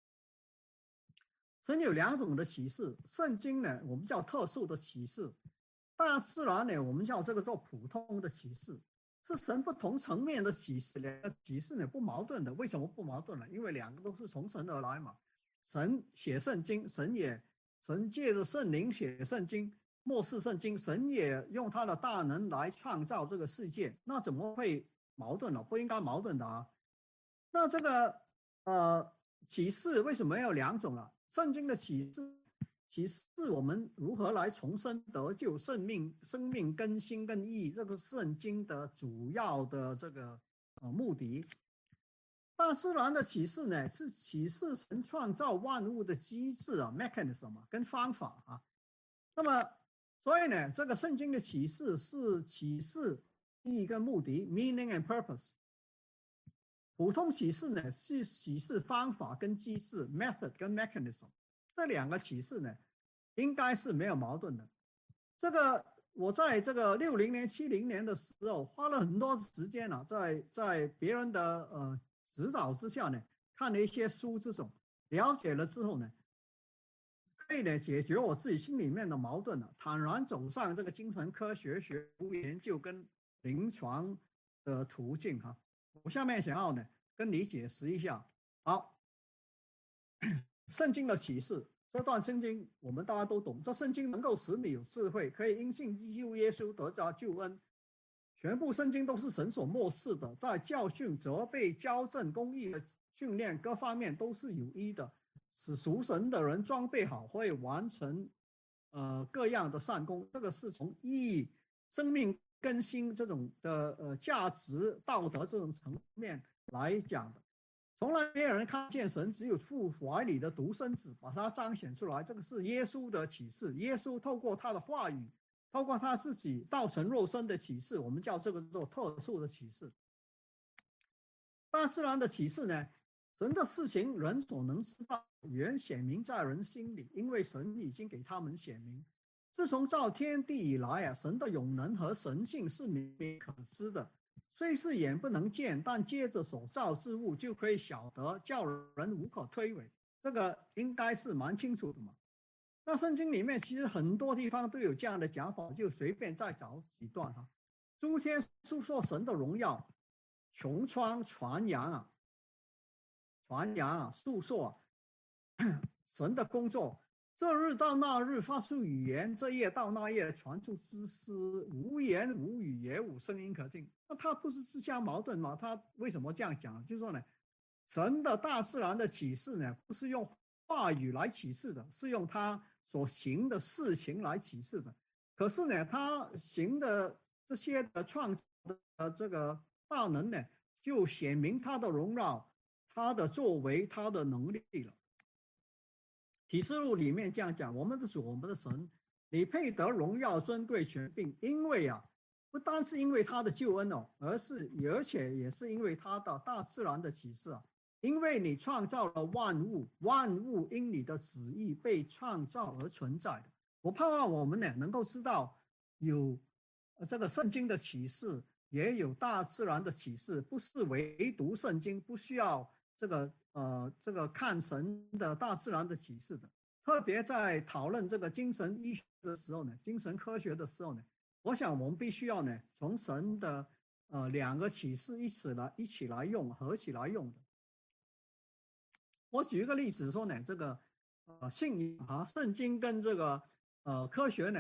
神有两种的启示，圣经呢，我们叫特殊的启示；大自然呢，我们叫这个做普通的启示，是神不同层面的启示。两个启示呢不矛盾的，为什么不矛盾呢？因为两个都是从神而来嘛。神写圣经，神也神借着圣灵写圣经，末世圣经，神也用他的大能来创造这个世界，那怎么会矛盾了？不应该矛盾的啊。那这个呃启示为什么有两种啊？圣经的启示，启示我们如何来重生得救、生命、生命更新跟意义，这个圣经的主要的这个呃目的。大自然的启示呢，是启示神创造万物的机制啊 ，mechanism 啊，跟方法啊。那么，所以呢，这个圣经的启示是启示意义跟目的 （meaning and purpose）。普通启示呢是启示方法跟机制 （method） 跟 mechanism， 这两个启示呢应该是没有矛盾的。这个我在这个六零年、七零年的时候花了很多时间啊，在在别人的呃指导之下呢，看了一些书，这种了解了之后呢，可以呢解决我自己心里面的矛盾了，坦然走上这个精神科学学术研究跟临床的途径哈。我下面想要呢跟你解释一下。好，圣经的启示，这段圣经我们大家都懂，这圣经能够使你有智慧，可以因信依旧耶稣得着救恩。全部圣经都是神所漠视的，在教训、责备、矫正、公义的训练各方面都是有益的，使属神的人装备好，会完成呃各样的善功。这个是从意义、生命更新这种的呃价值、道德这种层面来讲的。从来没有人看见神，只有父怀里的独生子把它彰显出来。这个是耶稣的启示，耶稣透过他的话语，透过他自己道成肉身的启示，我们叫这个做特殊的启示。大自然的启示呢，神的事情人所能知道，原显明在人心里，因为神已经给他们显明。自从造天地以来啊，神的永能和神性是明明可知的。虽是眼不能见，但借着所造之物就可以晓得，叫人无可推诿。这个应该是蛮清楚的嘛。那圣经里面其实很多地方都有这样的讲法，就随便再找几段哈。诸天述说神的荣耀，穹苍传扬啊，传扬啊，述说啊神的工作。这日到那日发出语言，这夜到那夜传出知识，无言无语也无声音可听。那他不是自相矛盾吗？他为什么这样讲？就是说呢，神的大自然的启示呢，不是用话语来启示的，是用他所行的事情来启示的。可是呢，他行的这些的创造的这个大能呢，就显明他的荣耀、他的作为、他的能力了。启示录里面这样讲，我们的主，我们的神，你配得荣耀、尊贵、权柄，因为啊，不单是因为他的救恩哦，而是而且也是因为他的大自然的启示啊，因为你创造了万物，万物因你的旨意被创造而存在的。我盼望我们呢能够知道，有这个圣经的启示，也有大自然的启示，不是唯独圣经，不需要这个呃这个看神的大自然的启示的。特别在讨论这个精神医学的时候呢，精神科学的时候呢，我想我们必须要呢从神的呃两个启示一起来一起来用，合起来用的。我举一个例子说呢，这个呃信仰啊，圣经跟这个呃科学呢，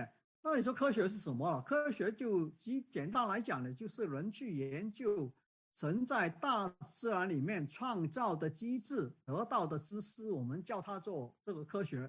那你说科学是什么？科学就极简单来讲呢，就是人去研究神在大自然里面创造的机制得到的知识，我们叫它做这个科学。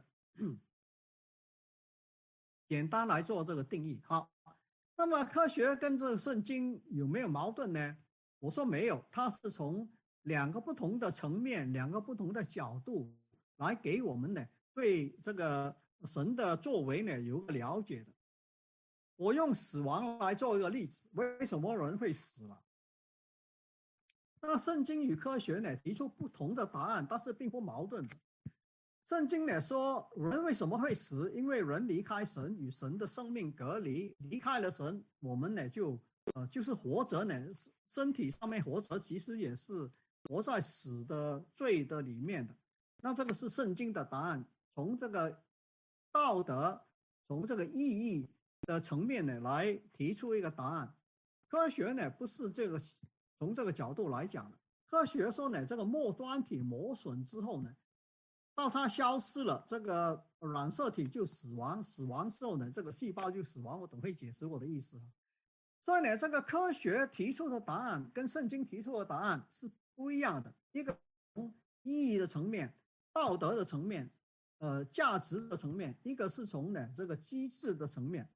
简单来做这个定义。好，那么科学跟这个圣经有没有矛盾呢？我说没有，它是从两个不同的层面、两个不同的角度来给我们呢对这个神的作为呢有个了解的。我用死亡来做一个例子，为什么人会死了？那圣经与科学呢提出不同的答案，但是并不矛盾的。圣经呢说，人为什么会死？因为人离开神，与神的生命隔离，离开了神，我们呢就呃就是活着呢，身体上面活着，其实也是活在死的罪的里面的。那这个是圣经的答案，从这个道德，从这个意义的层面呢来提出一个答案。科学呢不是这个从这个角度来讲的。科学说呢，这个末端体磨损之后呢，到它消失了，这个染色体就死亡，死亡之后呢，这个细胞就死亡。我等会解释我的意思。所以呢，这个科学提出的答案跟圣经提出的答案是不一样的。一个从意义的层面、道德的层面、呃价值的层面；一个是从呢这个机制的层面。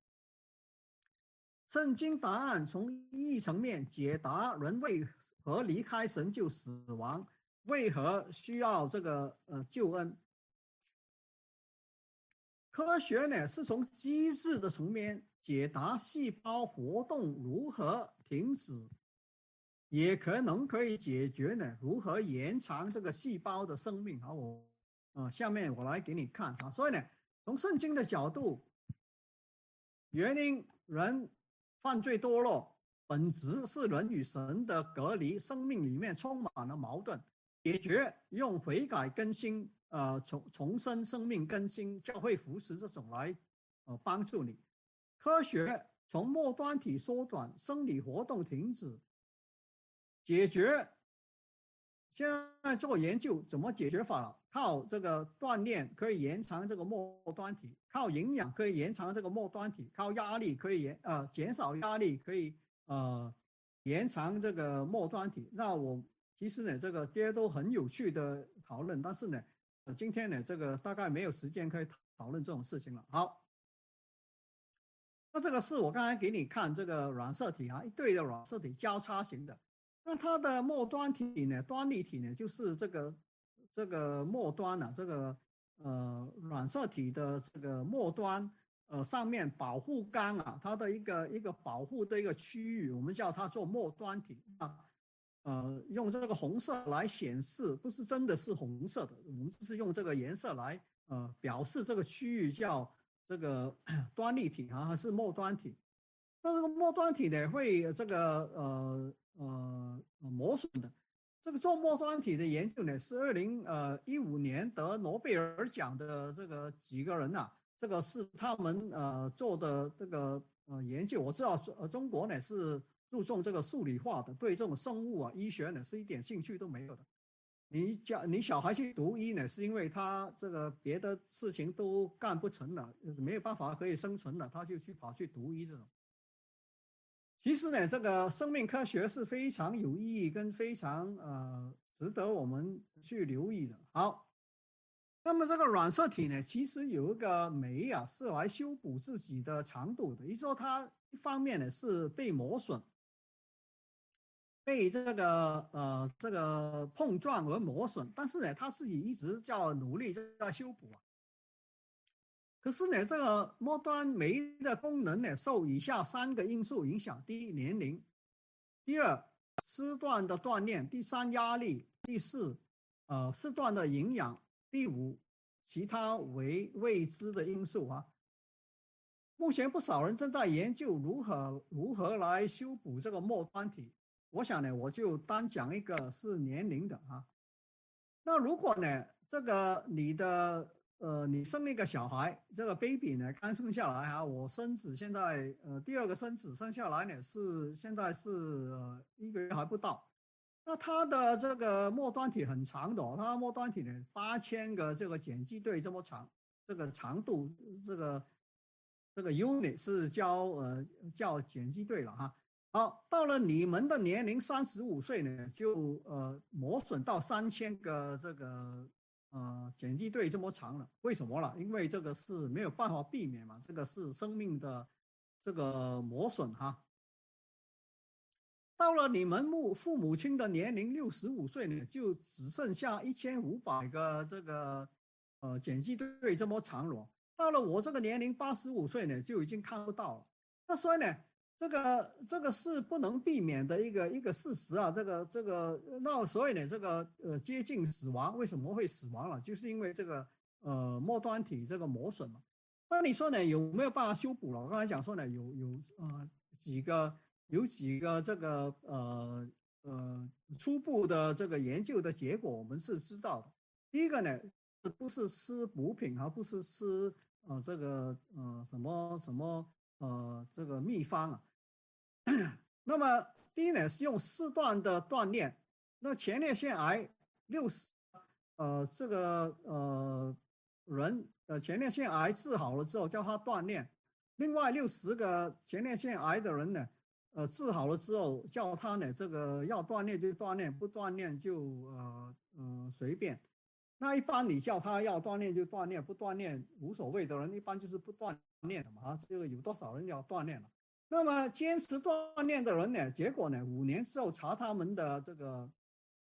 圣经答案从意义层面解答人为何离开神就死亡，为何需要这个呃救恩。科学呢是从机制的层面解答细胞活动如何停止，也可能可以解决呢如何延长这个细胞的生命。好，我啊、呃、下面我来给你看啊。所以呢，从圣经的角度，原因人犯罪堕落，本质是人与神的隔离，生命里面充满了矛盾。解决用悔改更新，呃，重重生生命更新，教会服侍这种来，呃，帮助你。科学从末端体缩短，生理活动停止，解决。现在做研究怎么解决法了？靠这个锻炼可以延长这个末端体，靠营养可以延长这个末端体，靠压力可以延呃减少压力可以呃延长这个末端体。那我其实呢这个这些都很有趣的讨论，但是呢，呃、今天呢这个大概没有时间可以讨论这种事情了。好，那这个是我刚才给你看这个染色体啊，一对的染色体交叉型的。那它的末端体呢，端粒体呢，就是这个这个末端呢、啊，这个呃染色体的这个末端呃上面保护缸啊，它的一个一个保护的一个区域，我们叫它做末端体啊。呃，用这个红色来显示，不是真的是红色的，我们只是用这个颜色来呃表示这个区域叫这个端粒体啊，还是末端体。那这个末端体呢，会这个呃呃磨损的。这个做末端体的研究呢，是二零呃一五年得诺贝尔奖的这个几个人呐、啊，这个是他们呃做的这个呃研究。我知道呃中国呢是注重这个数理化的，对这种生物啊医学呢是一点兴趣都没有的。你家你小孩去读医呢，是因为他这个别的事情都干不成了，没有办法可以生存了，他就去跑去读医这种。其实呢，这个生命科学是非常有意义跟非常呃值得我们去留意的。好，那么这个染色体呢，其实有一个酶啊，是来修补自己的长度的。也就是说，它一方面呢是被磨损，被这个呃这个碰撞而磨损，但是呢，它自己一直在努力在修补啊。可是呢，这个末端酶的功能呢，受以下三个因素影响：第一，年龄；第二，适段的锻炼；第三，压力；第四，呃，适段的营养；第五，其他为未知的因素啊。目前不少人正在研究如何如何来修补这个末端体。我想呢，我就单讲一个是年龄的啊。那如果呢，这个你的呃，你生了一个小孩，这个 baby 呢刚生下来啊，我孙子现在呃第二个孙子生下来呢是现在是呃一个月还不到，那他的这个末端体很长的哦，他末端体呢八千个这个碱基对这么长，这个长度这个这个 unit 是叫呃叫碱基对了哈。好，到了你们的年龄三十五岁呢，就呃磨损到三千个这个呃碱基对这么长了。为什么了？因为这个是没有办法避免嘛，这个是生命的这个磨损哈。到了你们母父母亲的年龄六十五岁呢，就只剩下一千五百个这个呃碱基对这么长了。到了我这个年龄八十五岁呢，就已经看不到了。那所以呢，这个这个是不能避免的一个一个事实啊。这个这个那所以呢，这个呃接近死亡，为什么会死亡了？就是因为这个呃末端体这个磨损嘛。那你说呢，有没有办法修补了？我刚才讲说呢，有有呃几个。有几个这个呃呃初步的这个研究的结果，我们是知道的。第一个呢，不是吃补品，而不是吃呃这个呃什么什么呃这个秘方啊。那么第一呢是用适当的锻炼。那前列腺癌六十呃这个呃人呃前列腺癌治好了之后叫他锻炼，另外六十个前列腺癌的人呢。呃，治好了之后，叫他呢，这个要锻炼就锻炼，不锻炼就呃呃随便。那一般你叫他要锻炼就锻炼，不锻炼无所谓的人，一般就是不锻炼的嘛。啊，这个有多少人要锻炼了？那么坚持锻炼的人呢，结果呢，五年之后查他们的这个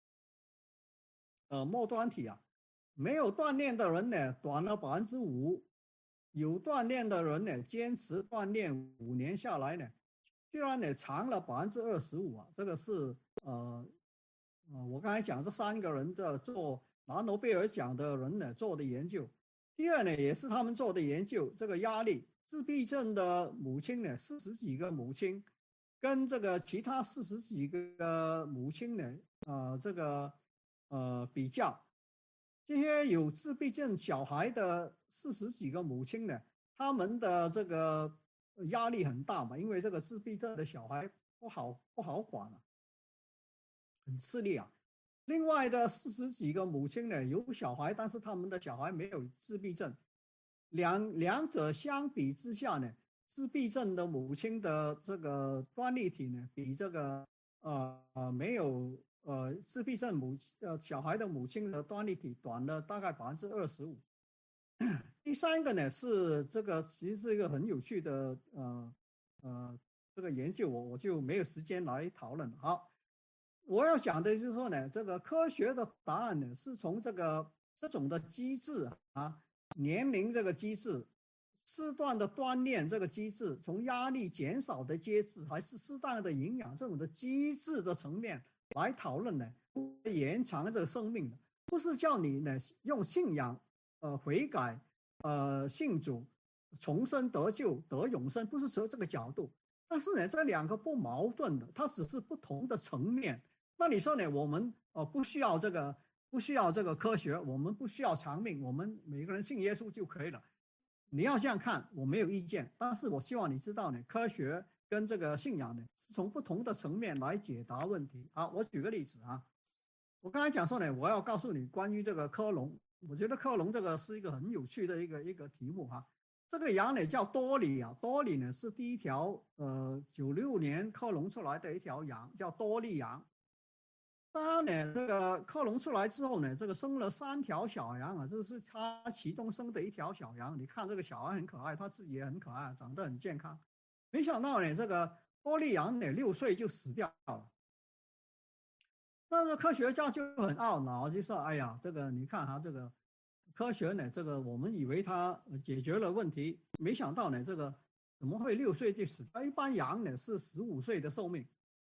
呃末端体啊，没有锻炼的人呢，短了百分之五；有锻炼的人呢，坚持锻炼五年下来呢。居然呢长了百分之二十五啊！这个是呃呃，我刚才讲这三个人在做拿诺贝尔奖的人呢做的研究。第二呢，也是他们做的研究，这个压力自闭症的母亲呢，四十几个母亲跟这个其他四十几个母亲呢，呃，这个呃比较，这些有自闭症小孩的四十几个母亲呢，他们的这个。压力很大嘛，因为这个自闭症的小孩不好不好管啊，很吃力啊。另外的四十几个母亲呢，有小孩，但是他们的小孩没有自闭症，两两者相比之下呢，自闭症的母亲的这个端粒体呢，比这个呃呃没有呃自闭症母呃小孩的母亲的端粒体短了大概百分之二十五。第三个呢是这个，其实是一个很有趣的呃呃这个研究，我我就没有时间来讨论。好，我要讲的就是说呢，这个科学的答案呢是从这个这种的机制啊，年龄这个机制，适当的锻炼这个机制，从压力减少的机制，还是适当的营养这种的机制的层面来讨论呢，延长这个生命的，不是叫你呢用信仰。呃，悔改，呃，信主，重生得救得永生，不是从这个角度。但是呢，这两个不矛盾的，它只是不同的层面。那你说呢？我们呃不需要这个，不需要这个科学，我们不需要长命，我们每个人信耶稣就可以了。你要这样看，我没有意见。但是我希望你知道呢，科学跟这个信仰呢，是从不同的层面来解答问题。好，我举个例子啊，我刚才讲说呢，我要告诉你关于这个科隆。我觉得克隆这个是一个很有趣的一个一个题目哈。这个羊呢叫多利啊，多利呢是第一条呃九六年克隆出来的一条羊，叫多利羊。当然呢，这个克隆出来之后呢，这个生了三条小羊啊，这是它其中生的一条小羊。你看这个小羊很可爱，它自己也很可爱，长得很健康。没想到呢，这个多利羊呢六岁就死掉了。那个科学家就很懊恼，就说：“哎呀，这个你看哈，这个科学呢，这个我们以为它解决了问题，没想到呢，这个怎么会六岁就死？一般羊呢是十五岁的寿命。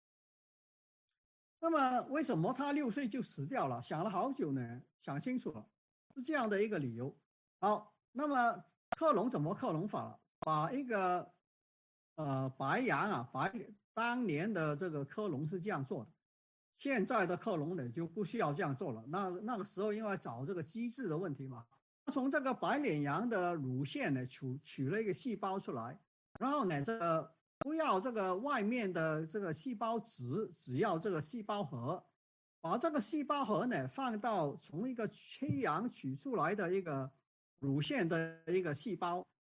那么为什么它六岁就死掉了？想了好久呢，想清楚了，是这样的一个理由。好，那么克隆怎么克隆法了？把一个呃白羊啊，白当年的这个克隆是这样做的。”现在的克隆呢就不需要这样做了。那那个时候因为找这个机制的问题嘛，从这个白脸羊的乳腺呢取取了一个细胞出来，然后呢这个不要这个外面的这个细胞质，只要这个细胞核，把这个细胞核呢放到从一个缺氧取出来的一个乳腺的一个细胞，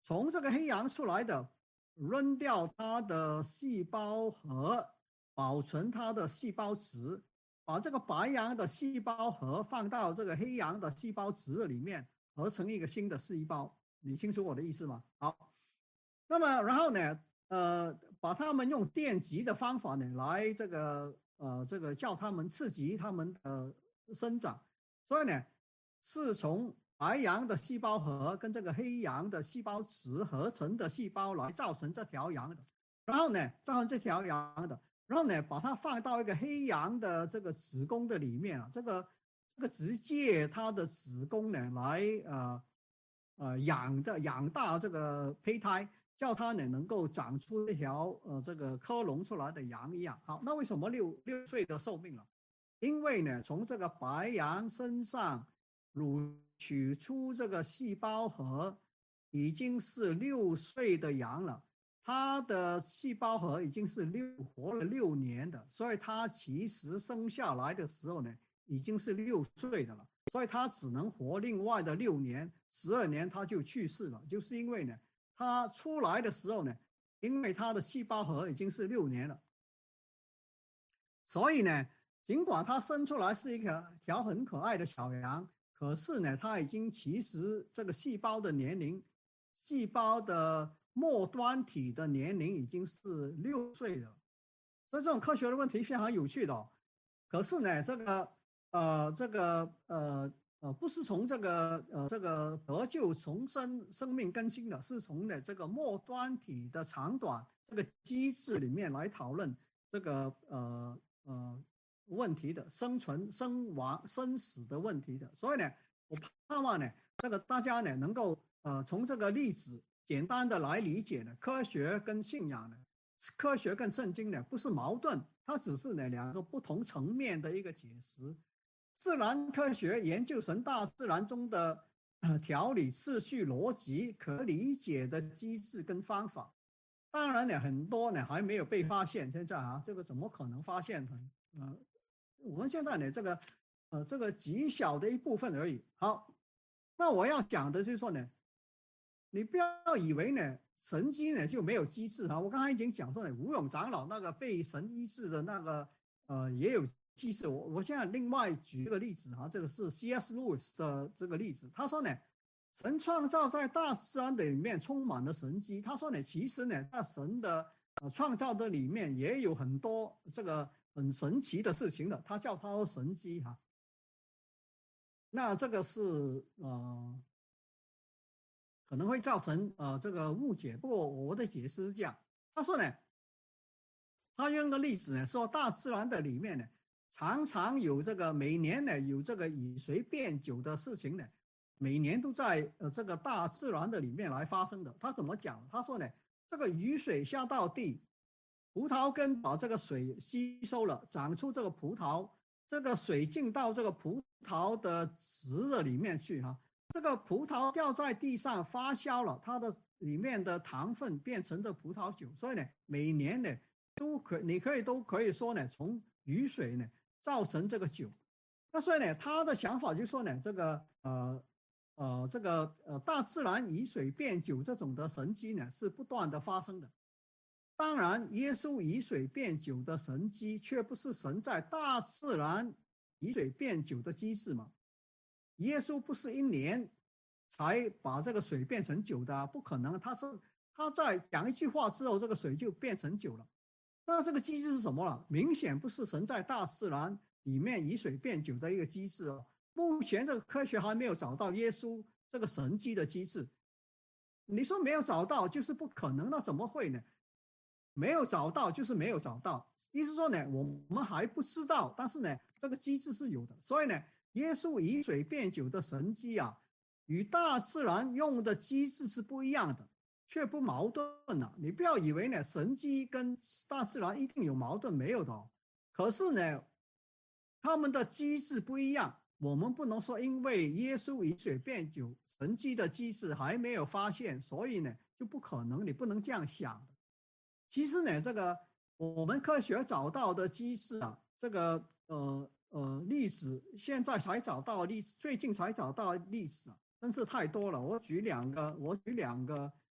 从这个黑羊出来的，扔掉它的细胞核，保存它的细胞质，把这个白羊的细胞核放到这个黑羊的细胞质里面，合成一个新的细胞。你清楚我的意思吗？好，那么然后呢，呃，把它们用电极的方法呢，来这个呃这个叫它们刺激它们的生长，所以呢，是从白羊的细胞核跟这个黑羊的细胞质合成的细胞来造成这条羊的，然后呢，造成这条羊的，然后呢，把它放到一个黑羊的这个子宫的里面啊，这个这个直接它的子宫呢来呃呃养的养大这个胚胎，叫它呢能够长出一条呃这个克隆出来的羊一样。好，那为什么六六岁的寿命了？因为呢，从这个白羊身上乳取出这个细胞核，已经是六岁的羊了。它的细胞核已经是六活了六年的，所以它其实生下来的时候呢，已经是六岁的了。所以它只能活另外的六年，十二年它就去世了。就是因为呢，它出来的时候呢，因为它的细胞核已经是六年了，所以呢，尽管它生出来是一个条很可爱的小羊，可是呢，它已经其实这个细胞的年龄，细胞的末端体的年龄已经是六岁了。所以这种科学的问题非常有趣的哦。可是呢，这个呃这个呃呃不是从这个呃这个得救重生生命更新的，是从呢这个末端体的长短这个机制里面来讨论这个呃呃问题的生存、生亡、生死的问题的。所以呢，我盼望呢，这个大家呢能够呃从这个例子简单的来理解呢，科学跟信仰呢，科学跟圣经呢不是矛盾，它只是呢两个不同层面的一个解释。自然科学研究神大自然中的呃条理、次序、逻辑、可理解的机制跟方法。当然呢，很多呢还没有被发现。现在啊，这个怎么可能发现呢？呃，我们现在呢，这个呃这个极小的一部分而已。好，那我要讲的就是说呢，你不要以为呢神机呢就没有机制啊。我刚才已经讲说呢，吴勇长老那个被神医治的那个呃也有机制。我我现在另外举一个例子哈，这个是 C S Lewis 的这个例子。他说呢，神创造在大自然的里面充满了神机。他说呢，其实呢，在神的呃创造的里面也有很多这个很神奇的事情的，他叫它神机哈。那这个是呃可能会造成呃这个误解，不过我的解释是这样。他说呢，他用个例子呢，说大自然的里面呢，常常有这个每年呢有这个以水变酒的事情呢，每年都在呃这个大自然的里面来发生的。他怎么讲？他说呢，这个雨水下到地，葡萄根把这个水吸收了，长出这个葡萄，这个水进到这个葡萄的籽的里面去哈。这个葡萄掉在地上发酵了，它的里面的糖分变成这葡萄酒。所以呢，每年呢都可你可以都可以说呢，从雨水呢造成这个酒。那所以呢，他的想法就是说呢，这个呃呃这个呃大自然以水变酒这种的神迹呢是不断的发生的。当然，耶稣以水变酒的神迹却不是神在大自然以水变酒的机制嘛。耶稣不是一年才把这个水变成酒的，不可能。他是他在讲一句话之后，这个水就变成酒了。那这个机制是什么了？明显不是神在大自然里面以水变酒的一个机制哦。目前这个科学还没有找到耶稣这个神迹的机制。你说没有找到就是不可能，那怎么会呢？没有找到就是没有找到，意思说呢，我们还不知道，但是呢，这个机制是有的。所以呢，耶稣以水变酒的神迹啊，与大自然用的机制是不一样的，却不矛盾了。你不要以为呢，神迹跟大自然一定有矛盾，没有的哦。可是呢，他们的机制不一样，我们不能说因为耶稣以水变酒神迹的机制还没有发现，所以呢就不可能，你不能这样想的。其实呢，这个我们科学找到的机制啊，这个呃呃例子，现在才找到例子，最近才找到例子啊，真是太多了。我举两个，我举两个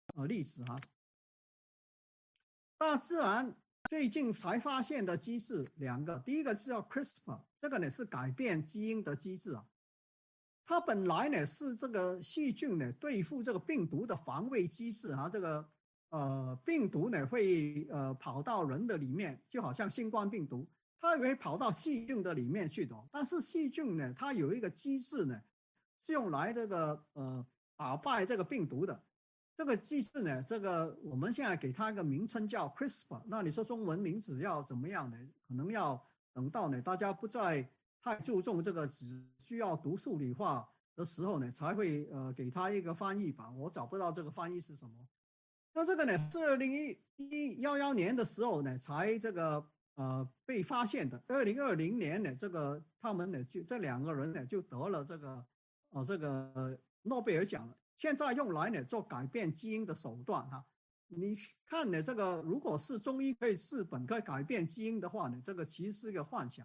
呃例子哈。大自然最近才发现的机制两个，第一个是叫 CRISPR， 这个呢是改变基因的机制啊。它本来呢是这个细菌呢对付这个病毒的防卫机制哈，这个呃病毒呢会呃跑到人的里面，就好像新冠病毒，它也会跑到细菌的里面去的。但是细菌呢，它有一个机制呢，是用来这个呃打败这个病毒的。这个机制呢，这个我们现在给它一个名称叫 CRISPR。那你说中文名字要怎么样呢？可能要等到呢大家不再太注重这个只需要读数理化的时候呢，才会呃给它一个翻译吧。我找不到这个翻译是什么。那这个呢是二零一一幺幺年的时候呢才这个呃被发现的。二零二零年呢，这个他们呢就这两个人呢就得了这个呃这个诺贝尔奖了。现在用来呢做改变基因的手段哈。你看呢这个如果是中医可以治本可以改变基因的话呢，这个其实是一个幻想。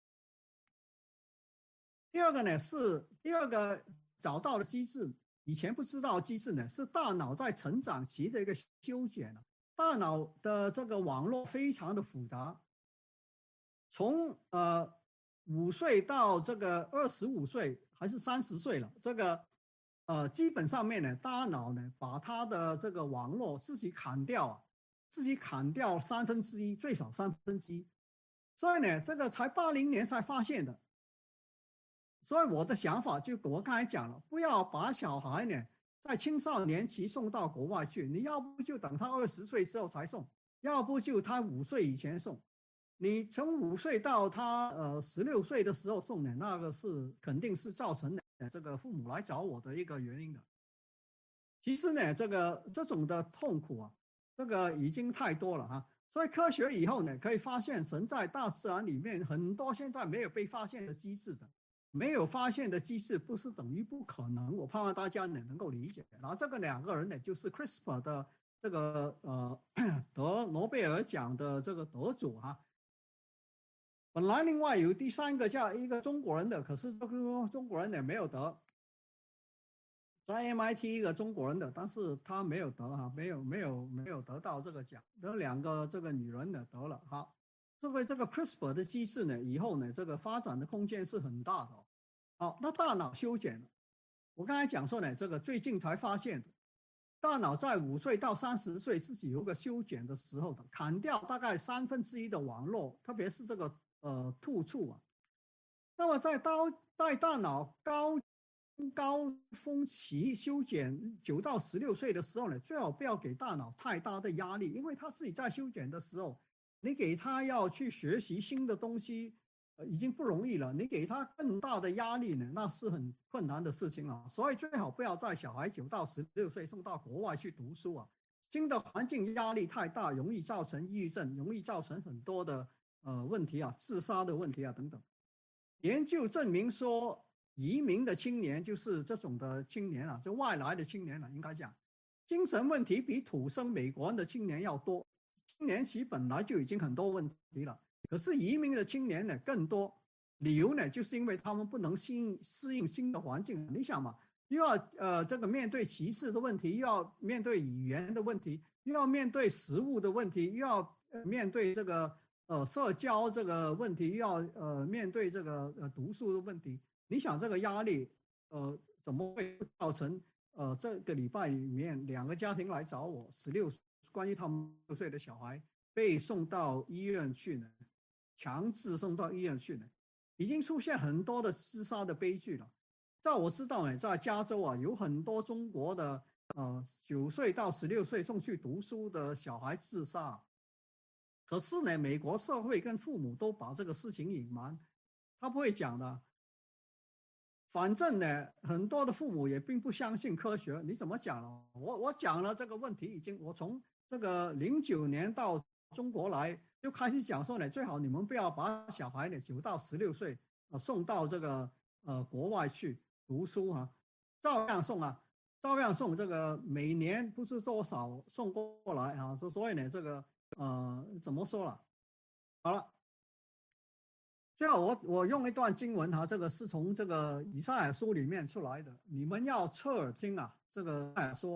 第二个呢是第二个找到的机制，以前不知道的机制呢是大脑在成长期的一个修剪。大脑的这个网络非常的复杂，从呃五岁到这个二十五岁还是三十岁了，这个呃基本上面呢，大脑呢把它的这个网络自己砍掉啊，自己砍掉三分之一，最少三分之一，所以呢，这个才八零年才发现的。所以我的想法就我刚才讲了，不要把小孩呢在青少年期送到国外去，你要不就等他二十岁之后才送，要不就他五岁以前送。你从五岁到他呃十六岁的时候送呢，那个是肯定是造成这个父母来找我的一个原因的。其实呢，这个这种的痛苦啊，这个已经太多了哈。所以科学以后呢，可以发现神在大自然里面很多现在没有被发现的机制的。没有发现的机制不是等于不可能，我盼望大家呢能够理解。然后这个两个人呢，就是 CRISPR 的这个呃得诺贝尔奖的这个得主哈。本来另外有第三个叫一个中国人的，可是这个中国人呢没有得，在 M I T 一个中国人的，但是他没有得哈，没有没有没有得到这个奖。有两个这个女人呢得了哈。这个这个 CRISPR 的机制呢，以后呢这个发展的空间是很大的。好，那大脑修剪了。我刚才讲说呢，这个最近才发现的，大脑在五岁到三十岁自己有个修剪的时候的，砍掉大概三分之一的网络，特别是这个呃突触啊。那么在大在大脑高高峰期修剪九到十六岁的时候呢，最好不要给大脑太大的压力，因为他自己在修剪的时候，你给他要去学习新的东西。已经不容易了，你给他更大的压力呢，那是很困难的事情啊。所以最好不要在小孩九到十六岁送到国外去读书啊。新的环境压力太大，容易造成抑郁症，容易造成很多的呃问题啊，自杀的问题啊等等。研究证明说，移民的青年就是这种的青年啊，就外来的青年啊，应该讲，精神问题比土生美国人的青年要多。青年期本来就已经很多问题了。可是移民的青年呢更多，理由呢就是因为他们不能适应适应新的环境。你想嘛，又要呃这个面对歧视的问题，又要面对语言的问题，又要面对食物的问题，又要面对这个呃社交这个问题，又要呃面对这个呃读书的问题。你想这个压力呃怎么会造成呃这个礼拜里面两个家庭来找我，十六关于他们六岁的小孩被送到医院去呢？强制送到医院去呢，已经出现很多的自杀的悲剧了。在我知道呢，在加州啊，有很多中国的呃九岁到十六岁送去读书的小孩自杀。可是呢，美国社会跟父母都把这个事情隐瞒，他不会讲的。反正呢，很多的父母也并不相信科学。你怎么讲了？我我讲了这个问题，已经我从这个零九年到中国来。就开始讲说呢，最好你们不要把小孩呢九到十六岁呃送到这个呃国外去读书啊，照样送啊，照样送。这个每年不知多少送过来啊，所所以呢，这个呃怎么说了？好了，最后我我用一段经文哈，这个是从这个以赛亚书里面出来的。你们要侧耳听啊，这个说。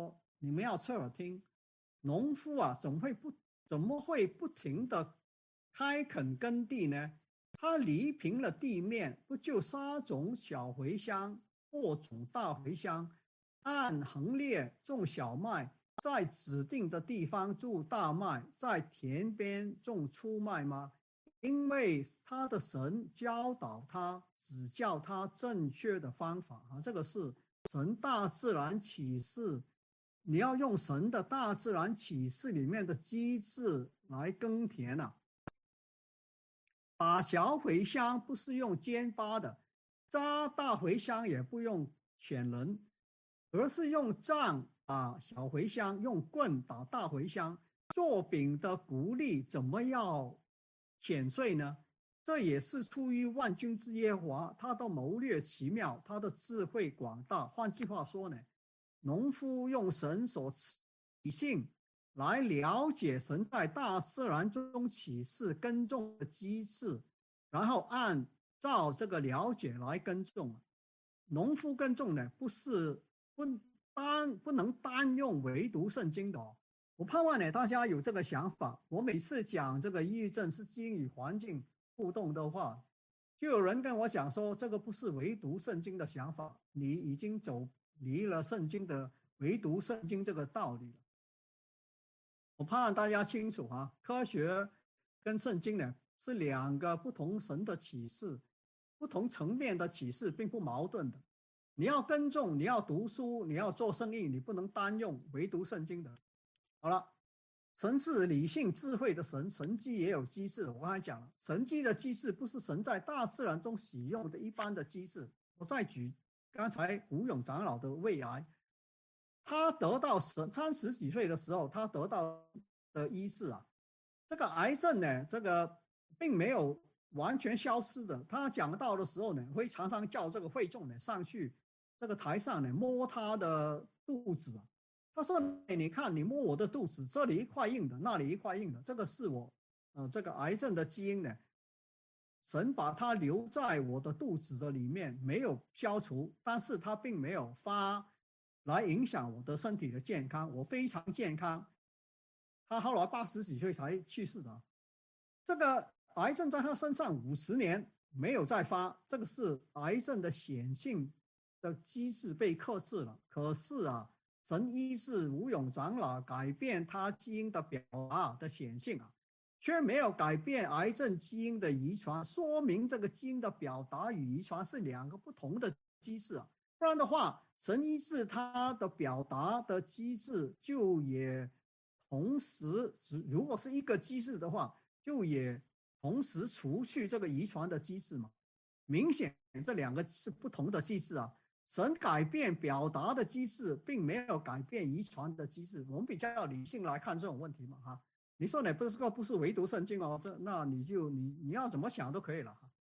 你们要侧耳听，农夫啊，怎么会不怎么会不停的开垦耕地呢？他犁平了地面，不就撒种小茴香，播种大茴香，按行列种小麦，在指定的地方种大麦，在田边种粗麦吗？因为他的神教导他，指教他正确的方法啊，这个是神大自然启示。你要用神的大自然启示里面的机制来耕田啊。把小茴香不是用尖拔的，扎大茴香也不用选人，而是用杖打小茴香，用棍打大茴香。做饼的谷粒怎么要剪碎呢？这也是出于万军之耶和华，他的谋略奇妙，他的智慧广大。换句话说呢，农夫用神所赐理性来了解神在大自然中启示耕种的机制，然后按照这个了解来耕种。农夫耕种呢，不是不单不能单用唯独圣经的哦。我盼望呢，大家有这个想法。我每次讲这个抑郁症是基因与环境互动的话，就有人跟我讲说，这个不是唯独圣经的想法，你已经走离了圣经的唯独圣经这个道理了。我盼望大家清楚啊，科学跟圣经呢是两个不同神的启示，不同层面的启示，并不矛盾的。你要耕种，你要读书，你要做生意，你不能单用唯独圣经的。好了，神是理性智慧的神，神迹也有机制。我刚才讲了，神迹的机制不是神在大自然中使用的一般的机制。我再举刚才吴勇长老的胃癌，他得到三十几岁的时候，他得到的医治啊，这个癌症呢，这个并没有完全消失的。他讲到的时候呢，会常常叫这个会众呢上去这个台上呢摸他的肚子啊。他说：“哎，你看，你摸我的肚子，这里一块硬的，那里一块硬的，这个是我，呃，这个癌症的基因呢。神把它留在我的肚子的里面，没有消除，但是它并没有发来影响我的身体的健康，我非常健康。他后来八十几岁才去世的，这个癌症在他身上五十年没有再发，这个是癌症的显性的机制被克制了。可是啊。”神医治吴勇长老，改变他基因的表达的显性啊，却没有改变癌症基因的遗传，说明这个基因的表达与遗传是两个不同的机制啊。不然的话，神医治他的表达的机制，就也同时，如果是一个机制的话，就也同时除去这个遗传的机制嘛。明显这两个是不同的机制啊。神改变表达的机制，并没有改变遗传的机制。我们比较理性来看这种问题嘛，哈。你说你不是个不是唯独圣经哦，这那你就你你要怎么想都可以了哈。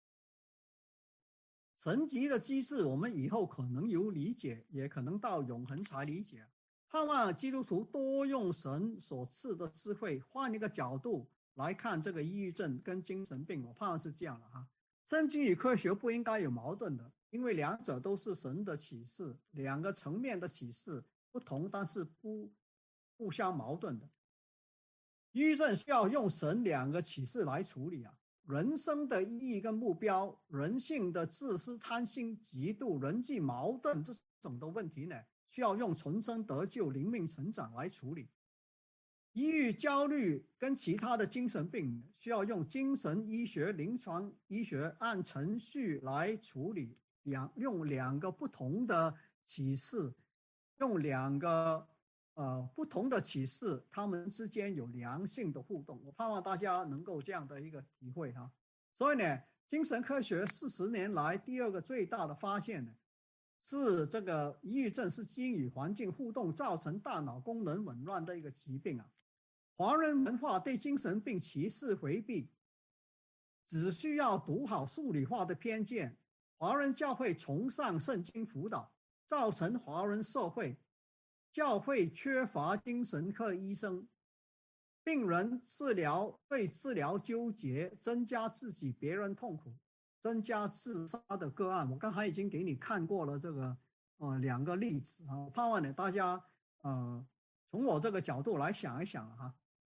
神级的机制，我们以后可能有理解，也可能到永恒才理解。盼望基督徒多用神所赐的智慧，换一个角度来看这个抑郁症跟精神病。我盼望是这样的哈。圣经与科学不应该有矛盾的。因为两者都是神的启示，两个层面的启示不同，但是不互相矛盾的。抑郁症需要用神两个启示来处理啊，人生的意义跟目标，人性的自私、贪心、嫉妒、人际矛盾这种的问题呢，需要用重生得救、灵命成长来处理。抑郁、焦虑跟其他的精神病需要用精神医学、临床医学按程序来处理。两用两个不同的启示，用两个呃不同的启示，他们之间有良性的互动。我盼望大家能够这样的一个体会哈。所以呢，精神科学四十年来第二个最大的发现呢，是这个抑郁症是基因与环境互动造成大脑功能紊乱的一个疾病啊。华人文化对精神病歧视回避，只需要读好数理化的偏见。华人教会崇尚圣经辅导，造成华人社会教会缺乏精神科医生，病人治疗对治疗纠结，增加自己别人痛苦，增加自杀的个案。我刚才已经给你看过了这个呃两个例子啊，我盼望呢大家呃从我这个角度来想一想哈。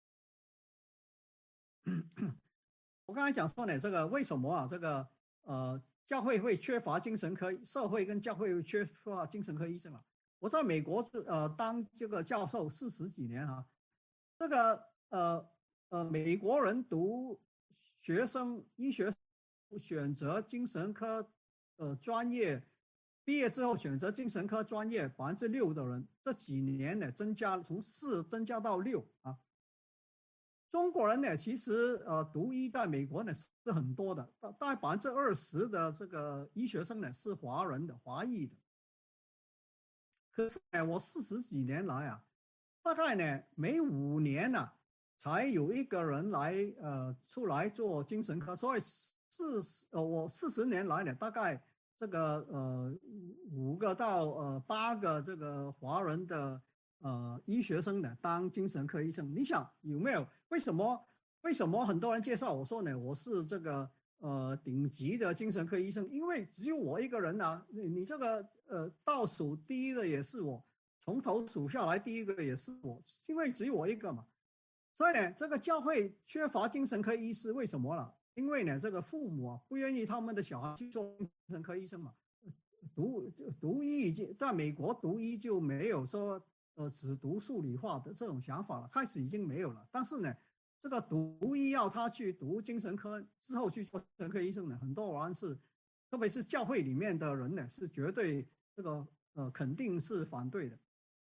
我刚才讲说呢，这个为什么啊？这个呃，教会会缺乏精神科，社会跟教会会缺乏精神科医生啊。我在美国呃当这个教授四十几年啊，这个呃呃美国人读学生医学选择精神科呃专业，毕业之后选择精神科专业百分之六的人，这几年呢增加从四增加到六啊。中国人呢，其实呃读医在美国呢是很多的，大大概百分之二十的这个医学生呢是华人的、华裔的。可是呢，我四十几年来啊，大概呢每五年呢、啊、才有一个人来呃出来做精神科，所以四十呃我四十年来呢，大概这个呃五个到呃八个这个华人的呃医学生呢当精神科医生。你想有没有？为什么为什么很多人介绍我说呢？我是这个呃顶级的精神科医生，因为只有我一个人啊。你你这个呃倒数第一的也是我，从头数下来第一个也是我，因为只有我一个嘛。所以呢，这个教会缺乏精神科医师，为什么了？因为呢，这个父母啊不愿意他们的小孩去做精神科医生嘛。读读医在美国读医就没有说呃只读数理化的这种想法了，开始已经没有了。但是呢，这个读医要他去读精神科之后去做精神科医生呢，很多人是，特别是教会里面的人呢，是绝对这个呃肯定是反对的。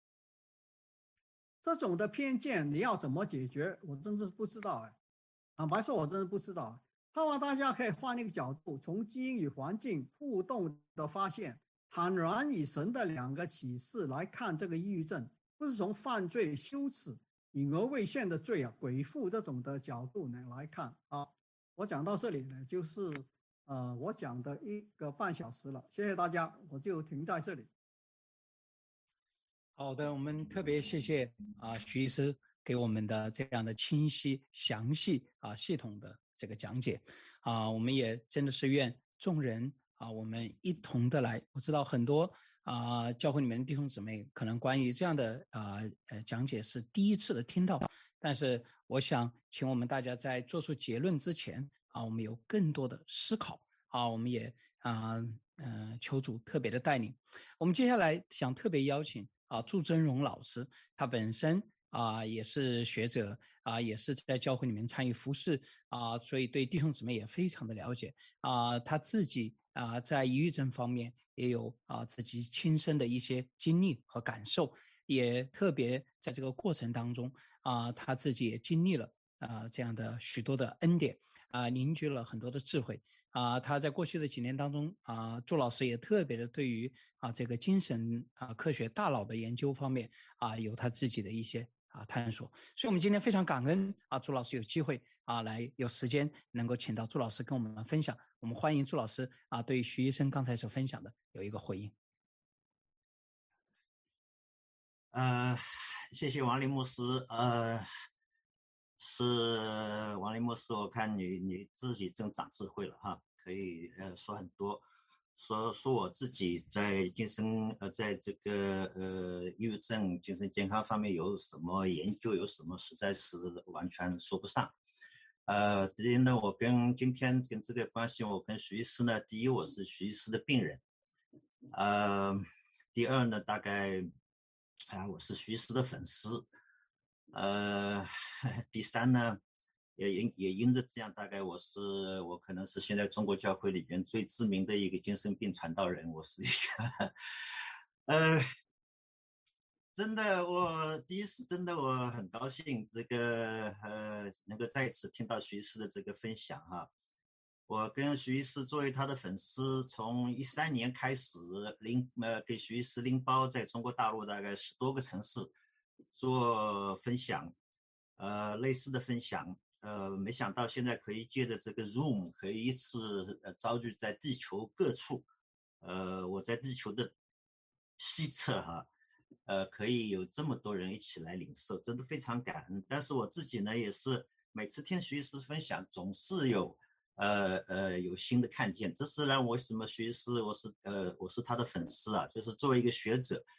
这种的偏见你要怎么解决？我真是不知道哎。坦白说，我真的不知道。盼望大家可以换一个角度，从基因与环境互动的发现，坦然以神的两个启示来看这个抑郁症，不是从犯罪、羞耻、隐而未现的罪啊、鬼父这种的角度呢来看啊。我讲到这里呢，就是呃我讲的一个半小时了，谢谢大家，我就停在这里。 好的，我们特别谢谢啊徐医师给我们的这样的清晰、详细啊系统的这个讲解啊，我们也真的是愿众人啊，我们一同的来。我知道很多啊教会里面的弟兄姊妹可能关于这样的啊呃讲解是第一次的听到，但是我想请我们大家在做出结论之前啊，我们有更多的思考啊，我们也啊嗯、呃、求主特别的带领。我们接下来想特别邀请。啊，祝真荣老师，他本身啊也是学者啊，也是在教会里面参与服事啊，所以对弟兄姊妹也非常的了解啊。他自己啊在抑郁症方面也有啊自己亲身的一些经历和感受，也特别在这个过程当中啊，他自己也经历了啊这样的许多的恩典啊，凝聚了很多的智慧。啊，他在过去的几年当中啊，祝老师也特别的对于啊这个精神啊科学大脑的研究方面啊有他自己的一些啊探索，所以我们今天非常感恩啊祝老师有机会啊来有时间能够请到祝老师跟我们分享，我们欢迎祝老师啊对徐医生刚才所分享的有一个回应。 呃，谢谢王林牧师，呃。是王林牧师，我看你你自己真长智慧了哈，可以呃说很多，说说我自己在精神呃在这个呃抑郁症精神健康方面有什么研究，有什么实在是完全说不上。呃，第一呢，我跟今天跟这个关系，我跟徐医师呢，第一我是徐医师的病人，呃，第二呢，大概啊、呃、我是徐医师的粉丝。呃，第三呢，也因也因着这样，大概我是我可能是现在中国教会里边最知名的一个精神病传道人，我是一个，呃，真的，我第一次真的我很高兴，这个呃能够再一次听到徐医师的这个分享哈。我跟徐医师作为他的粉丝，从一三年开始拎呃给徐医师拎包，在中国大陆大概十多个城市做分享。呃，类似的分享，呃，没想到现在可以借着这个 Zoom， 可以一次呃遭遇在地球各处，呃，我在地球的西侧哈，呃，可以有这么多人一起来领受，真的非常感恩。但是我自己呢，也是每次听徐医师分享，总是有呃呃有新的看见，这是让我为什么徐医师我是呃我是他的粉丝啊，就是作为一个学者。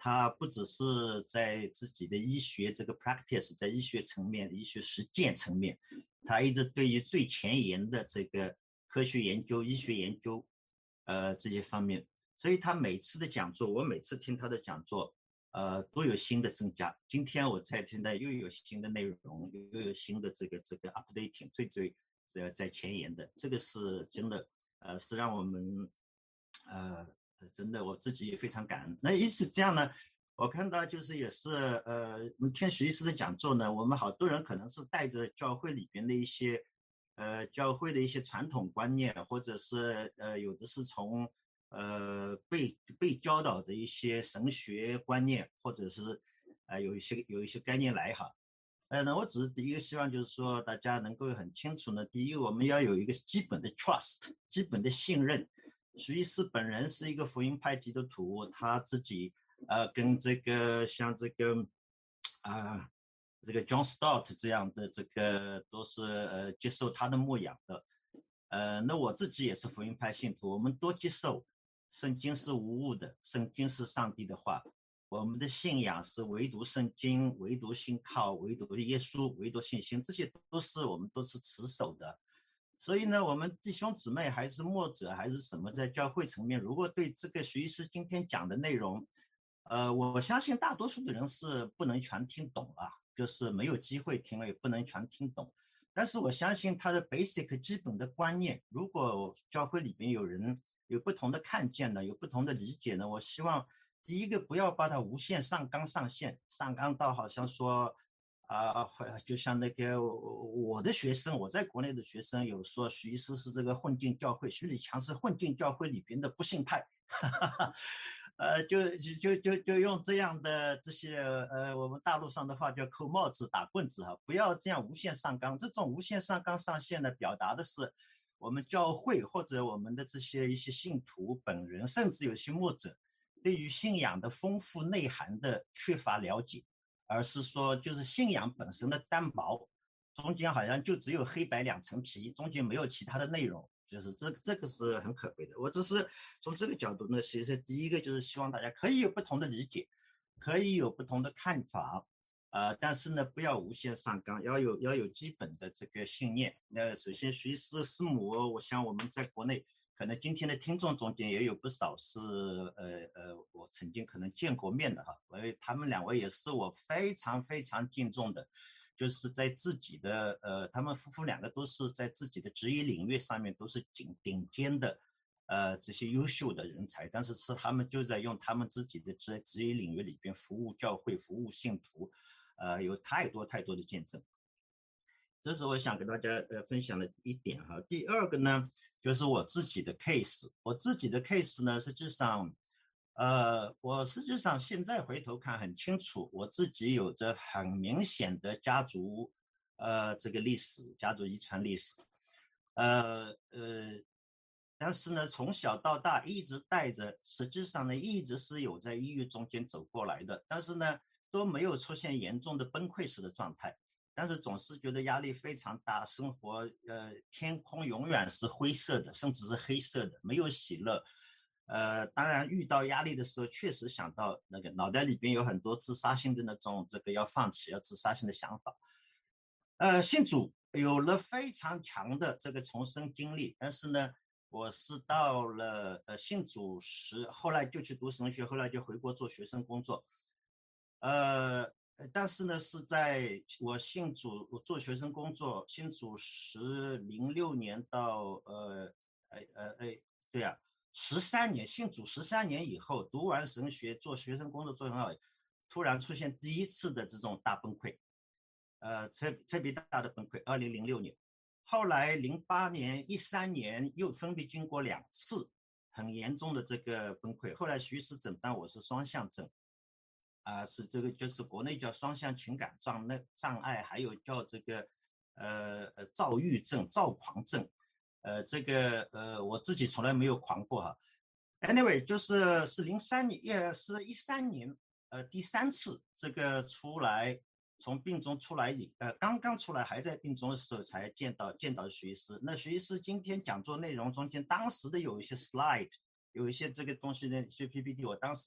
他不只是在自己的医学这个 practice， 在医学层面、医学实践层面，他一直对于最前沿的这个科学研究、医学研究，呃这些方面，所以他每次的讲座，我每次听他的讲座，呃都有新的增加。今天我在听到又有新的内容，又有新的这个这个 updating， 最最呃在前沿的，这个是真的，呃是让我们呃。真的我自己也非常感恩。那因此这样呢，我看到就是也是呃，我们听徐医师的讲座呢，我们好多人可能是带着教会里边的一些呃教会的一些传统观念，或者是呃有的是从呃被被教导的一些神学观念，或者是呃有一些有一些概念来哈。呃，那我只是第一个希望就是说大家能够很清楚呢，第一个我们要有一个基本的 trust， 基本的信任。徐医师本人是一个福音派基督徒，他自己呃跟这个像这个啊、呃、这个 John Stott 这样的这个都是呃接受他的牧养的，呃那我自己也是福音派信徒，我们多接受圣经是无误的，圣经是上帝的话，我们的信仰是唯独圣经，唯独信靠，唯独耶稣，唯独信心，这些都是我们都是持守的。所以呢，我们弟兄姊妹还是牧者还是什么，在教会层面，如果对这个徐医师今天讲的内容，呃，我相信大多数的人是不能全听懂啊，就是没有机会听了也不能全听懂。但是我相信他的 basic 基本的观念，如果教会里边有人有不同的看见呢，有不同的理解呢，我希望第一个不要把它无限上纲上线，上纲到好像说。啊，就像那个我的学生，我在国内的学生有说徐医师是这个混进教会，徐礼强是混进教会里边的不信派，哈哈哈，呃，就就就就用这样的这些呃，我们大陆上的话叫扣帽子、打棍子哈，不要这样无限上纲。这种无限上纲上线呢，表达的是我们教会或者我们的这些一些信徒本人，甚至有些牧者对于信仰的丰富内涵的缺乏了解。而是说就是信仰本身的单薄，中间好像就只有黑白两层皮，中间没有其他的内容，就是这这个是很可悲的。我只是从这个角度呢，其实第一个就是希望大家可以有不同的理解，可以有不同的看法，呃，但是呢不要无限上纲，要有要有基本的这个信念。那首先徐师师母，我想我们在国内可能今天的听众中间也有不少是呃呃，我曾经可能见过面的哈，因为他们两位也是我非常非常敬重的，就是在自己的呃，他们夫妇两个都是在自己的职业领域上面都是顶顶尖的呃这些优秀的人才，但是是他们就在用他们自己的职职业领域里边服务教会、服务信徒，呃，有太多太多的见证。这是我想跟大家呃分享的一点哈。第二个呢，就是我自己的 case， 我自己的 case 呢，实际上，呃，我实际上现在回头看很清楚，我自己有着很明显的家族呃这个历史，家族遗传历史，呃呃，但是呢，从小到大一直带着，实际上呢，一直是有在抑郁中间走过来的，但是呢，都没有出现严重的崩溃式的状态。但是总是觉得压力非常大，生活呃天空永远是灰色的，甚至是黑色的，没有喜乐。呃，当然遇到压力的时候，确实想到那个脑袋里边有很多自杀性的那种这个要放弃、要自杀性的想法。呃，信主有了非常强的这个重生经历，但是呢，我是到了呃信主时，后来就去读神学，后来就回国做学生工作。呃。但是呢，是在我信主，我做学生工作，信主时零六年到呃呃呃呃，对啊，十三年信主十三年以后，读完神学，做学生工作做很好，突然出现第一次的这种大崩溃，呃，特特别大的崩溃。二零零六年，后来零八年、一三年又分别经过两次很严重的这个崩溃。后来徐医师诊断我是双向症。啊、呃，是这个就是国内叫双向情感障那障碍，还有叫这个呃呃躁郁症、躁狂症，呃这个呃我自己从来没有狂过哈。Anyway， 就是是零三年，也是一三年，呃第三次这个出来，从病中出来以呃刚刚出来还在病中的时候才见到见到徐医师。那徐医师今天讲座内容中间，当时的有一些 slide， 有一些这个东西的一些 P P T， 我当时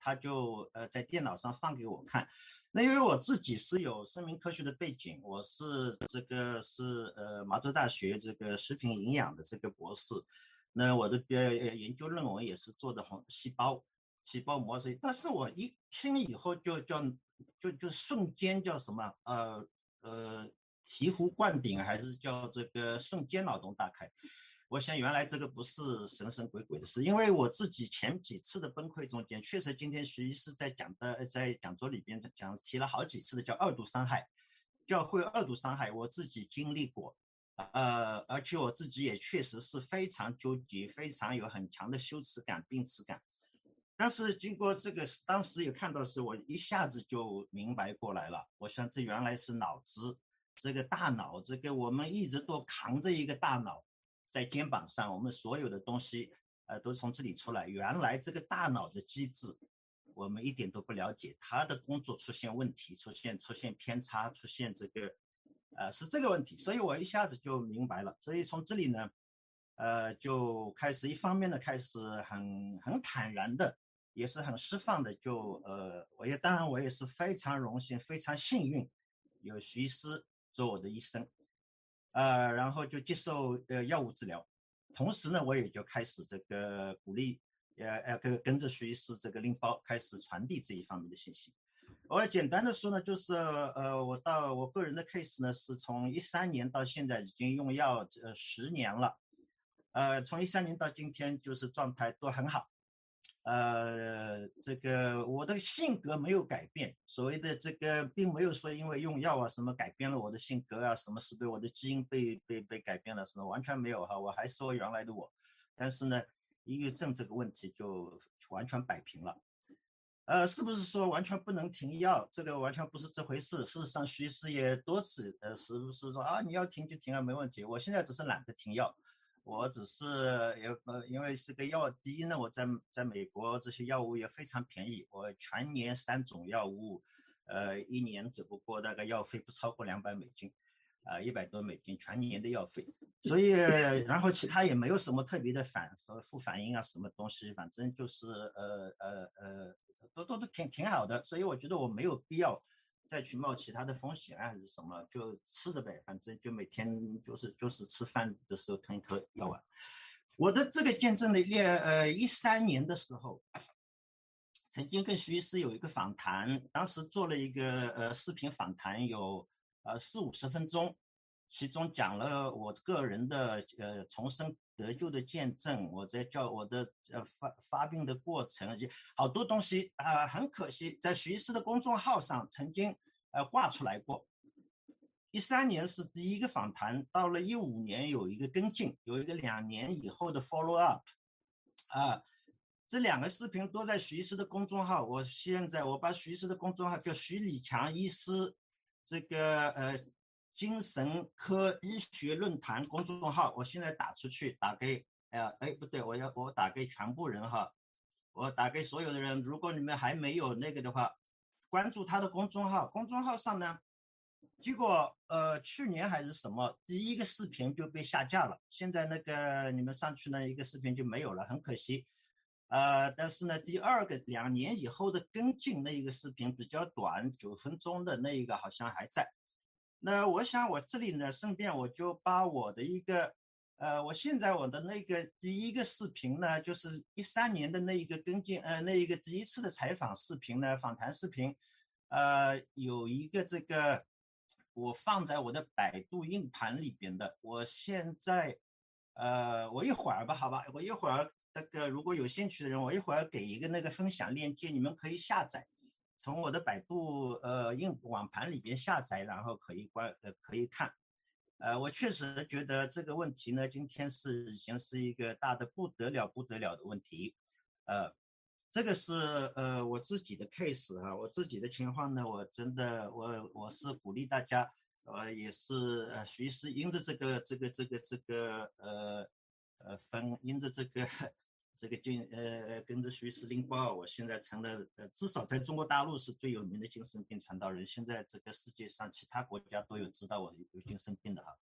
他就呃在电脑上放给我看。那因为我自己是有生命科学的背景，我是这个是呃麻州大学这个食品营养的这个博士，那我的呃研究论文也是做的红细胞细胞膜，所以但是我一听以后就叫就就瞬间叫什么呃呃醍醐灌顶，还是叫这个瞬间脑洞大开。我想原来这个不是神神鬼鬼的事，因为我自己前几次的崩溃中间，确实今天徐医师在讲的在讲座里边讲提了好几次的叫二度伤害，教会二度伤害，我自己经历过，呃，而且我自己也确实是非常纠结，非常有很强的羞耻感、病耻感。但是经过这个，当时也看到是我一下子就明白过来了，我想这原来是脑子，这个大脑，这个我们一直都扛着一个大脑在肩膀上，我们所有的东西呃都从这里出来。原来这个大脑的机制我们一点都不了解，它的工作出现问题，出现出现偏差，出现这个呃是这个问题，所以我一下子就明白了。所以从这里呢呃就开始一方面呢开始很很坦然的，也是很释放的，就呃我也当然我也是非常荣幸非常幸运有徐医师做我的医生。呃，然后就接受呃药物治疗，同时呢，我也就开始这个鼓励，呃呃跟跟着徐医师这个拎包开始传递这一方面的信息。我简单的说呢，就是呃我到我个人的 case 呢，是从一三年到现在已经用药呃十年了，呃从一三年到今天就是状态都很好。呃，这个我的性格没有改变，所谓的这个并没有说因为用药啊什么改变了我的性格啊，什么是对我的基因被被被改变了什么，完全没有哈，我还是我原来的我。但是呢，抑郁症这个问题就完全摆平了。呃，是不是说完全不能停药？这个完全不是这回事。事实上，徐医师也多次呃，是不是说啊，你要停就停啊，没问题。我现在只是懒得停药。我只是也呃，因为这个药，第一呢，我在在美国这些药物也非常便宜，我全年三种药物，呃，一年只不过大概药费不超过两百美金，啊、呃，一百多美金全年的药费，所以然后其他也没有什么特别的反和副反应啊，什么东西，反正就是呃呃呃，都都都挺挺好的，所以我觉得我没有必要再去冒其他的风险还是什么，就吃着呗，反正就每天就是就是吃饭的时候吞一颗药丸。我的这个见证的列呃一三年的时候，曾经跟徐医师有一个访谈，当时做了一个呃视频访谈，有呃四五十分钟，其中讲了我个人的呃重生得救的见证，我在教我的呃发发病的过程，好多东西啊、呃，很可惜在徐医师的公众号上曾经呃挂出来过。一三年是第一个访谈，到了一五年有一个跟进，有一个两年以后的 follow up 啊。这两个视频都在徐医师的公众号，我现在我把徐医师的公众号叫徐礼强医师这个呃精神科医学论坛公众号，我现在打出去，打给呃哎不对，我要我打给全部人哈，我打给所有的人，如果你们还没有那个的话，关注他的公众号，公众号上呢，结果呃去年还是什么，第一个视频就被下架了，现在那个你们上去呢一个视频就没有了，很可惜。呃，但是呢，第二个两年以后的跟进那一个视频比较短，九分钟的那一个好像还在。那我想我这里呢，顺便我就把我的一个，呃，我现在我的那个第一个视频呢，就是一三年的那一个跟进，呃，那一个第一次的采访视频呢，访谈视频，呃，有一个这个我放在我的百度硬盘里边的，我现在，呃，我一会儿吧，好吧，我一会儿。这个如果有兴趣的人，我一会儿给一个那个分享链接，你们可以下载，从我的百度呃硬网盘里边下载，然后可以关呃可以看。呃，我确实觉得这个问题呢，今天是已经是一个大的不得了不得了的问题。呃，这个是呃我自己的 case 啊，我自己的情况呢，我真的我我是鼓励大家，呃也是呃随时因着这个这个这个这个呃。呃，分因着这个这个精呃跟着徐司令报，我现在成了呃至少在中国大陆是最有名的精神病传道人。现在这个世界上其他国家都有知道我有精神病的哈。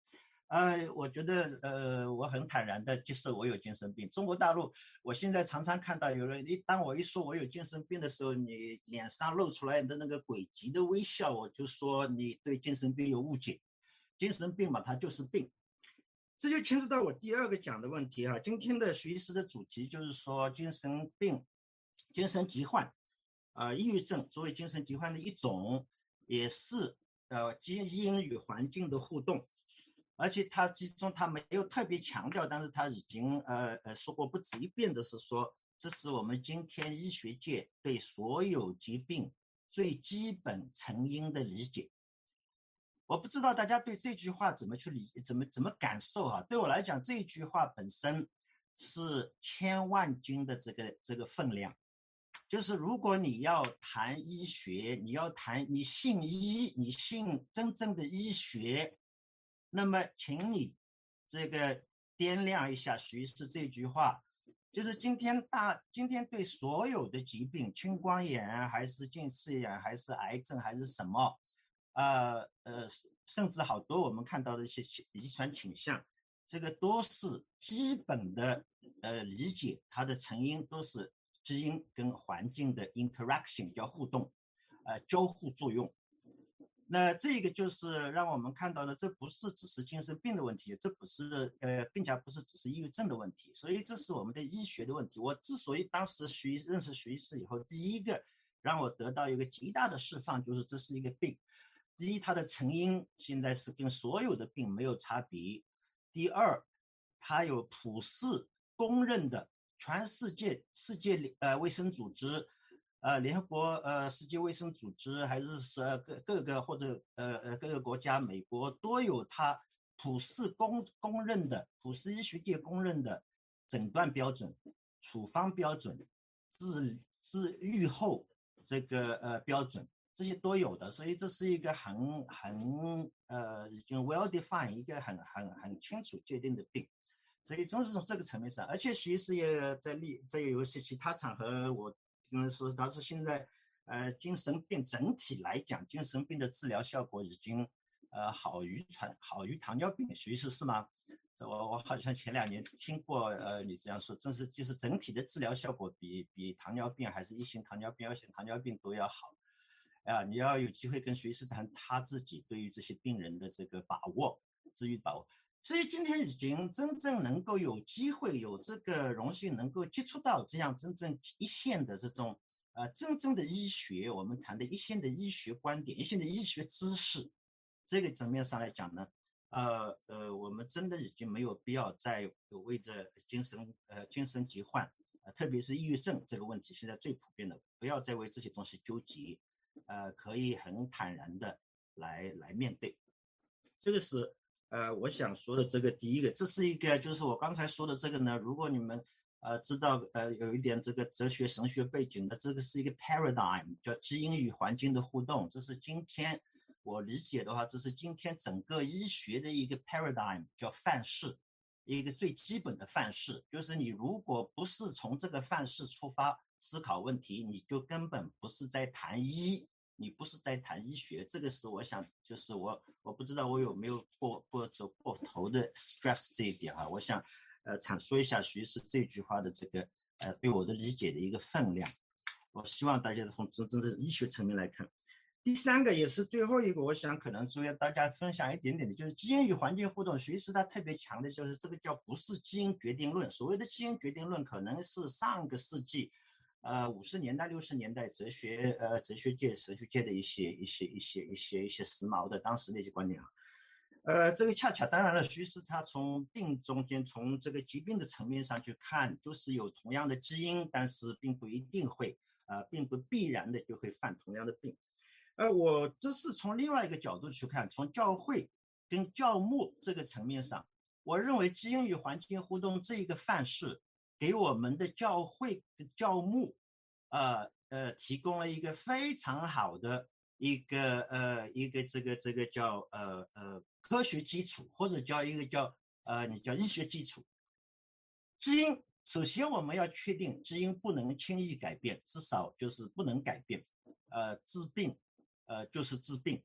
呃，我觉得呃，我很坦然的接受我有精神病。中国大陆，我现在常常看到有人一当我一说我有精神病的时候，你脸上露出来的那个诡极的微笑，我就说你对精神病有误解。精神病嘛，它就是病。这就牵涉到我第二个讲的问题哈。今天的学习的主题就是说精神病、精神疾患，呃，抑郁症作为精神疾患的一种，也是呃基因与环境的互动。而且他其中他没有特别强调，但是他已经呃呃说过不止一遍的是说，这是我们今天医学界对所有疾病最基本成因的理解。我不知道大家对这句话怎么去理怎么怎么感受啊？对我来讲，这句话本身是千万斤的这个这个分量。就是如果你要谈医学，你要谈你信医，你信真正的医学，那么请你这个掂量一下徐医师这句话，就是今天大今天对所有的疾病，青光眼还是近视眼还是癌症还是什么，呃呃，甚至好多我们看到的一些遗传倾向，这个都是基本的呃理解，它的成因都是基因跟环境的 interaction 叫互动，呃交互作用。那这个就是让我们看到了，这不是只是精神病的问题，这不是呃，更加不是只是抑郁症的问题，所以这是我们的医学的问题。我之所以当时徐认识徐医师以后，第一个让我得到一个极大的释放，就是这是一个病。第一，它的成因现在是跟所有的病没有差别。第二，它有普世公认的，全世界世界呃卫生组织。呃，联合国呃世界卫生组织还是是各各个或者呃呃各个国家，美国都有它普世公公认的普世医学界公认的诊断标准、处方标准、治治愈后这个呃标准，这些都有的，所以这是一个很很呃已经 well defined 一个很很很清楚界定的病。所以正是从这个层面上，而且徐医师也在例在有一些其他场合我。因为说他说现在呃精神病整体来讲，精神病的治疗效果已经呃好于传好于糖尿病，徐医师是吗？我我好像前两年听过呃你这样说，正是就是整体的治疗效果比比糖尿病还是一型糖尿病、二型糖尿病都要好啊。你要有机会跟徐医师谈他自己对于这些病人的这个把握，治愈把握。所以今天已经真正能够有机会有这个荣幸能够接触到这样真正一线的这种呃真正的医学，我们谈的一线的医学观点、一线的医学知识，这个层面上来讲呢，呃呃，我们真的已经没有必要再为着精神呃精神疾患，呃特别是抑郁症这个问题，现在最普遍的，不要再为这些东西纠结，呃，可以很坦然的来来面对，这个是。呃，我想说的这个第一个，这是一个就是我刚才说的这个呢，如果你们呃知道呃有一点这个哲学神学背景的，这个是一个 paradigm， 叫基因与环境的互动，这是今天我理解的话，这是今天整个医学的一个 paradigm， 叫范式，一个最基本的范式，就是你如果不是从这个范式出发思考问题，你就根本不是在谈医。你不是在谈医学，这个是我想，就是我我不知道我有没有过过走过头的 stress 这一点啊，我想呃阐述一下徐医师这句话的这个呃对我的理解的一个分量，我希望大家从真正的医学层面来看。第三个也是最后一个，我想可能说要大家分享一点点的，就是基因与环境互动。徐医师他特别强的就是这个叫不是基因决定论，所谓的基因决定论可能是上个世纪呃，五十年代、六十年代哲学呃哲学界、哲学界的一些一些一些一些一些时髦的当时的一些观点啊，呃，这个恰恰当然了，徐医师他从病中间从这个疾病的层面上去看，就是有同样的基因，但是并不一定会呃，并不必然的就会犯同样的病。呃，我这是从另外一个角度去看，从教会跟教牧这个层面上，我认为基因与环境互动这一个范式。给我们的教会的教牧，呃呃，提供了一个非常好的一个呃一个这个这个叫呃呃科学基础，或者叫一个叫呃你叫医学基础。基因首先我们要确定基因不能轻易改变，至少就是不能改变。呃，治病呃就是治病，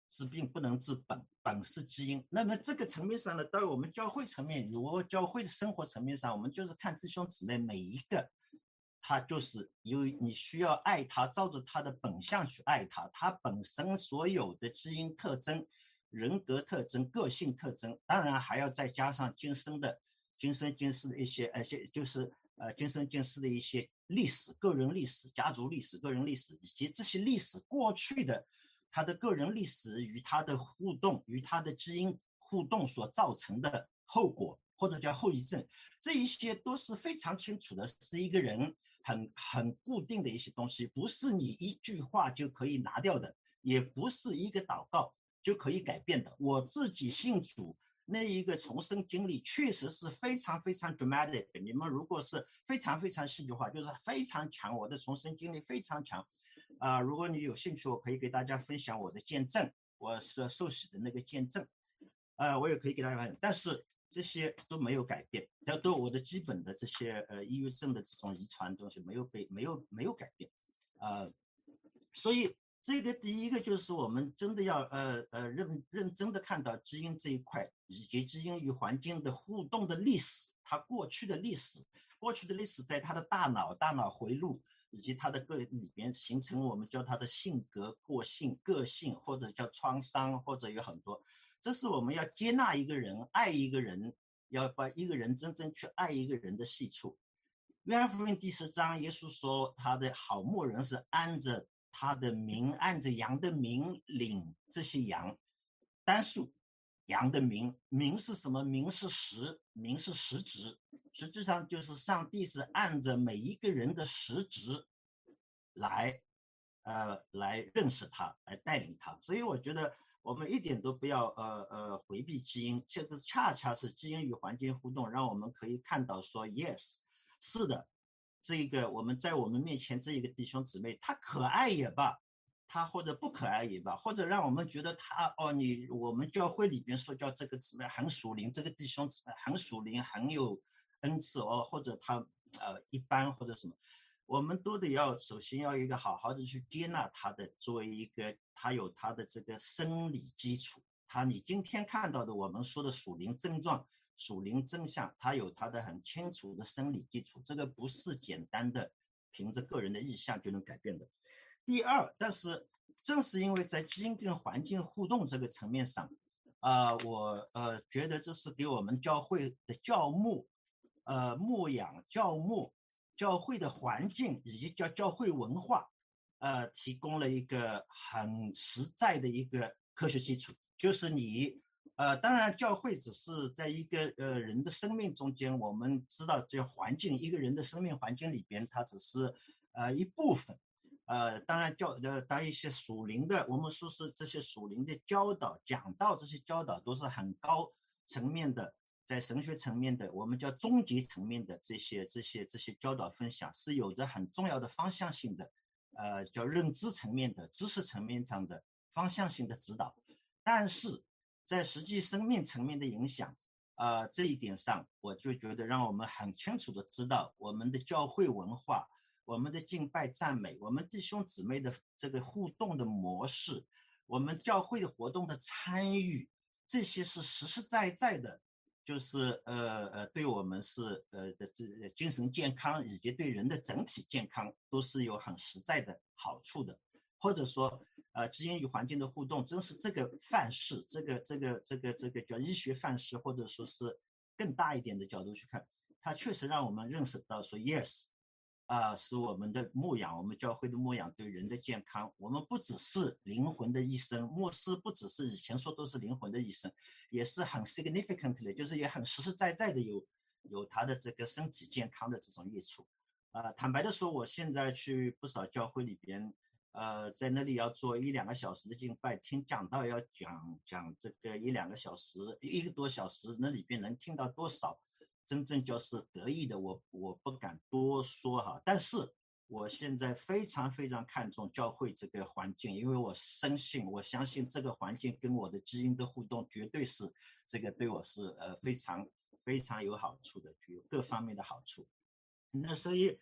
治病不能治本，本是基因。那么这个层面上呢，到我们教会层面，如果教会的生活层面上，我们就是看弟兄姊妹每一个，他就是由于你需要爱他，照着他的本相去爱他，他本身所有的基因特征、人格特征、个性特征，当然还要再加上今生的、今生今世的一些呃些就是呃今生今世的一些历史、个人历史、家族历史、个人历史，以及这些历史过去的他的个人历史与他的互动、与他的基因互动所造成的后果，或者叫后遗症，这一些都是非常清楚的，是一个人很很固定的一些东西，不是你一句话就可以拿掉的，也不是一个祷告就可以改变的。我自己信主那一个重生经历确实是非常非常 dramatic， 你们如果是非常非常戏剧化，就是非常强，我的重生经历非常强啊、呃！如果你有兴趣，我可以给大家分享我的见证，我是受洗的那个见证，呃，我也可以给大家分享，但是这些都没有改变，都都我的基本的这些呃抑郁症的这种遗传东西没有被没有没有改变，呃，所以这个第一个就是我们真的要呃呃认认真的看到基因这一块，以及基因与环境的互动的历史，它过去的历史，过去的历史在它的大脑大脑回路以及它的个里边形成我们叫它的性格、个性、个性或者叫创伤，或者有很多。这是我们要接纳一个人、爱一个人，要把一个人真正去爱一个人的细处。约翰福音第十章，耶稣说他的好牧人是按着他的名，按着羊的名领这些羊。单数羊的名，名是什么？名是实，名是实质，实际上就是上帝是按着每一个人的实质来呃来认识他，来带领他。所以我觉得我们一点都不要呃呃回避基因，这个恰恰是基因与环境互动，让我们可以看到说 yes， 是的，这个我们在我们面前这一个弟兄姊妹，他可爱也罢，他或者不可爱也罢，或者让我们觉得他哦，你我们教会里边说叫这个姊妹很属灵，这个弟兄姊妹很属灵，很有恩赐哦，或者他呃一般或者什么。我们都得要首先要一个好好的去接纳他的，作为一个他有他的这个生理基础，他你今天看到的我们说的属灵症状、属灵真相，他有他的很清楚的生理基础，这个不是简单的凭着个人的意向就能改变的。第二，但是正是因为在基因跟环境互动这个层面上，啊、呃，我呃觉得这是给我们教会的教牧、呃牧养、教牧。教会的环境以及叫教会文化，呃，提供了一个很实在的一个科学基础，就是你，呃，当然教会只是在一个呃人的生命中间，我们知道这环境，一个人的生命环境里边，它只是呃一部分，呃，当然教呃当一些属灵的，我们说是这些属灵的教导、讲道，这些教导都是很高层面的。在神学层面的，我们叫终极层面的这些这些这些教导分享，是有着很重要的方向性的，呃，叫认知层面的、知识层面上的方向性的指导。但是在实际生命层面的影响，呃，这一点上，我就觉得让我们很清楚的知道，我们的教会文化、我们的敬拜赞美、我们弟兄姊妹的这个互动的模式、我们教会的活动的参与，这些是实实在在的。就是呃呃，对我们是呃的这精神健康以及对人的整体健康都是有很实在的好处的，或者说呃基因与环境的互动，真是这个范式，这个这个这个这个叫医学范式，或者说是更大一点的角度去看，它确实让我们认识到说 yes。啊、呃，是我们的牧养，我们教会的牧养对人的健康，我们不只是灵魂的医生，牧师不只是以前说都是灵魂的医生，也是很 significantly， 就是也很实实在在的有有他的这个身体健康的这种益处。啊、呃，坦白的说，我现在去不少教会里边，呃，在那里要做一两个小时的敬拜，听讲道要讲讲这个一两个小时，一个多小时，那里边能听到多少？真正就是得意的，我我不敢多说哈，但是我现在非常非常看重教会这个环境，因为我深信，我相信这个环境跟我的基因的互动，绝对是这个对我是呃非常非常有好处的，具有各方面的好处。那所以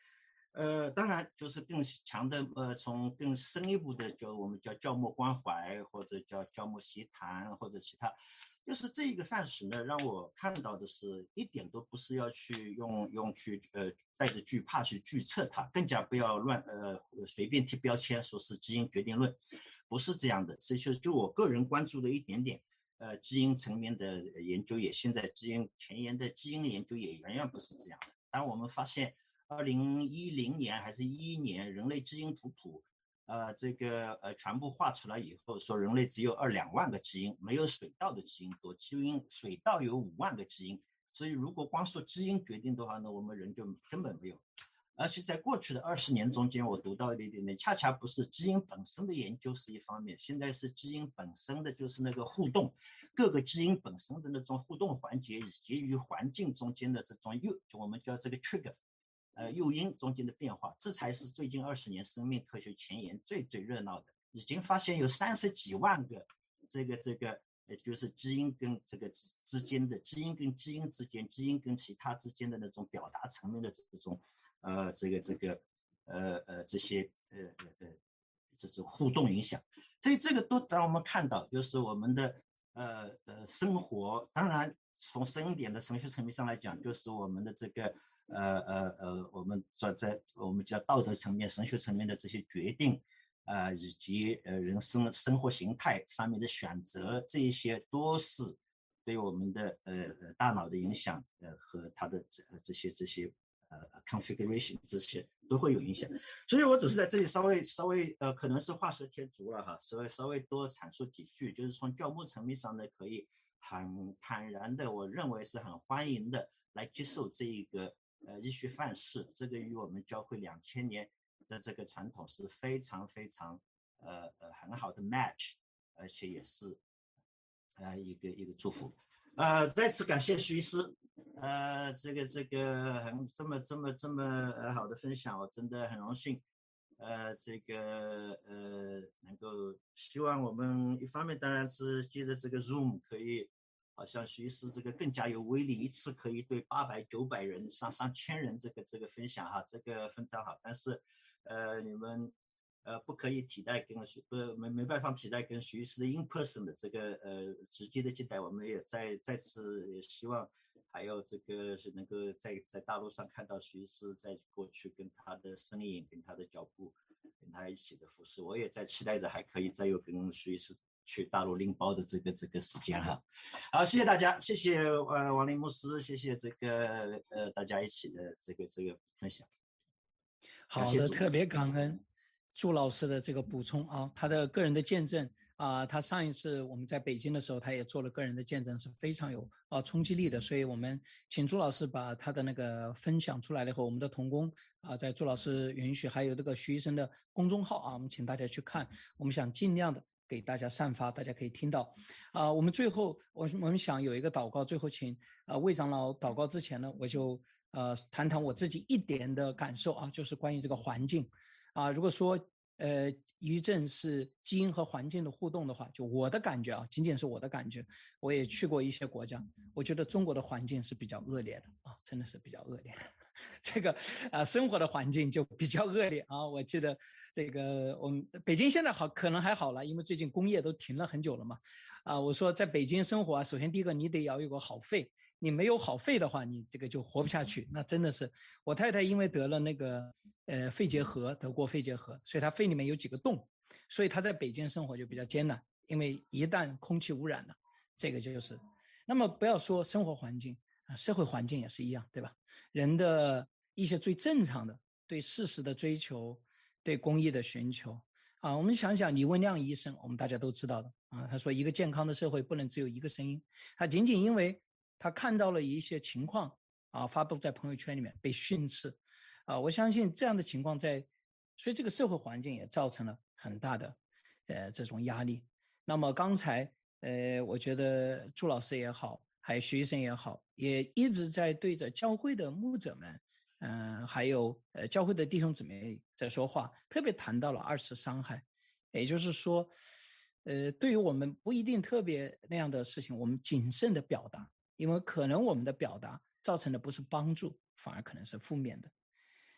呃，当然就是更强的，呃，从更深一步的，就我们叫教牧关怀，或者叫教牧习谈，或者其他，就是这一个范式呢，让我看到的是一点都不是要去用用去呃带着惧怕去预测它，更加不要乱呃随便贴标签，说是基因决定论，不是这样的。所以就就我个人关注的一点点，呃，基因层面的研究也，现在基因前沿的基因研究也远远不是这样的。当我们发现二零一零年还是一一年人类基因图谱呃这个呃全部画出来以后，说人类只有二两万个基因，没有水稻的基因多，基因水稻有五万个基因，所以如果光说基因决定的话呢，我们人就根本没有。而且在过去的二十年中间，我读到一点点，恰恰不是基因本身的研究是一方面，现在是基因本身的就是那个互动，各个基因本身的那种互动环节，以及与环境中间的这种诱，就我们叫这个 trigger。呃，诱因中间的变化，这才是最近二十年生命科学前沿最最热闹的。已经发现有三十几万个这个这个呃，就是基因跟这个之间的基因跟基因之间，基因跟其他之间的那种表达层面的这种呃这个这个呃呃这些呃呃呃这种互动影响。所以这个都让我们看到，就是我们的呃呃生活，当然从深一点的神学层面上来讲，就是我们的这个。呃呃呃，我们说在我们叫道德层面、神学层面的这些决定，呃，以及呃人生生活形态上面的选择，这一些都是对我们的呃大脑的影响，呃和它的这这些这些呃 configuration 这些都会有影响。所以我只是在这里稍微稍微呃可能是画蛇添足了哈，稍微稍微多阐述几句，就是从教牧层面上呢，可以很坦然的，我认为是很欢迎的来接受这一个。呃，医学范式，这个与我们教会两千年的这个传统是非常非常呃呃很好的 match， 而且也是呃一个一个祝福。呃，再次感谢徐医师，呃，这个这个很这么这么这么呃好的分享，我真的很荣幸。呃，这个呃能够希望我们一方面当然是借着这个 Zoom 可以。好像徐医师这个更加有威力，一次可以对八百、九百人、上上千人这个这个分享哈，这个非常好。但是，呃，你们呃不可以替代跟徐不没没办法替代跟徐医师的 in person 的这个呃直接的接待，我们也再再次也希望还有这个是能够在在大陆上看到徐医师在过去跟他的身影、跟他的脚步、跟他一起的服侍，我也在期待着还可以再有跟徐医师。去大陆拎包的这个这个时间哈，好，谢谢大家，谢谢呃王林牧师，谢谢这个呃大家一起的这个这个分享。 好的，特别感恩朱老师的这个补充啊，他的个人的见证啊，他上一次我们在北京的时候，他也做了个人的见证，是非常有啊冲击力的，所以我们请朱老师把他的那个分享出来了以后，我们的同工啊，在朱老师允许，还有这个徐医生的公众号啊，我们请大家去看，我们想尽量的给大家散发，大家可以听到。啊，我们最后我我们想有一个祷告，最后请啊魏长老祷告之前呢，我就呃谈谈我自己一点的感受啊，就是关于这个环境啊，如果说呃抑郁症是基因和环境的互动的话，就我的感觉啊，仅仅是我的感觉，我也去过一些国家，我觉得中国的环境是比较恶劣的啊，真的是比较恶劣。这个啊、呃，生活的环境就比较恶劣啊。我记得这个我们北京现在好，可能还好了，因为最近工业都停了很久了嘛。啊，我说在北京生活啊，首先第一个你得要有个好肺，你没有好肺的话，你这个就活不下去。那真的是，我太太因为得了那个呃肺结核，得过肺结核，所以她肺里面有几个洞，所以她在北京生活就比较艰难，因为一旦空气污染了，这个就是。那么不要说生活环境啊，社会环境也是一样，对吧？人的一些最正常的对事实的追求，对公益的寻求啊，我们想想李文亮医生，我们大家都知道的啊，他说一个健康的社会不能只有一个声音，他仅仅因为他看到了一些情况啊，发布在朋友圈里面被训斥啊，我相信这样的情况在，所以这个社会环境也造成了很大的呃这种压力。那么刚才呃，我觉得朱老师也好，还有徐医生也好，也一直在对着教会的牧者们，嗯、呃，还有呃教会的弟兄姊妹在说话，特别谈到了二次伤害，也就是说，呃，对于我们不一定特别那样的事情，我们谨慎的表达，因为可能我们的表达造成的不是帮助，反而可能是负面的。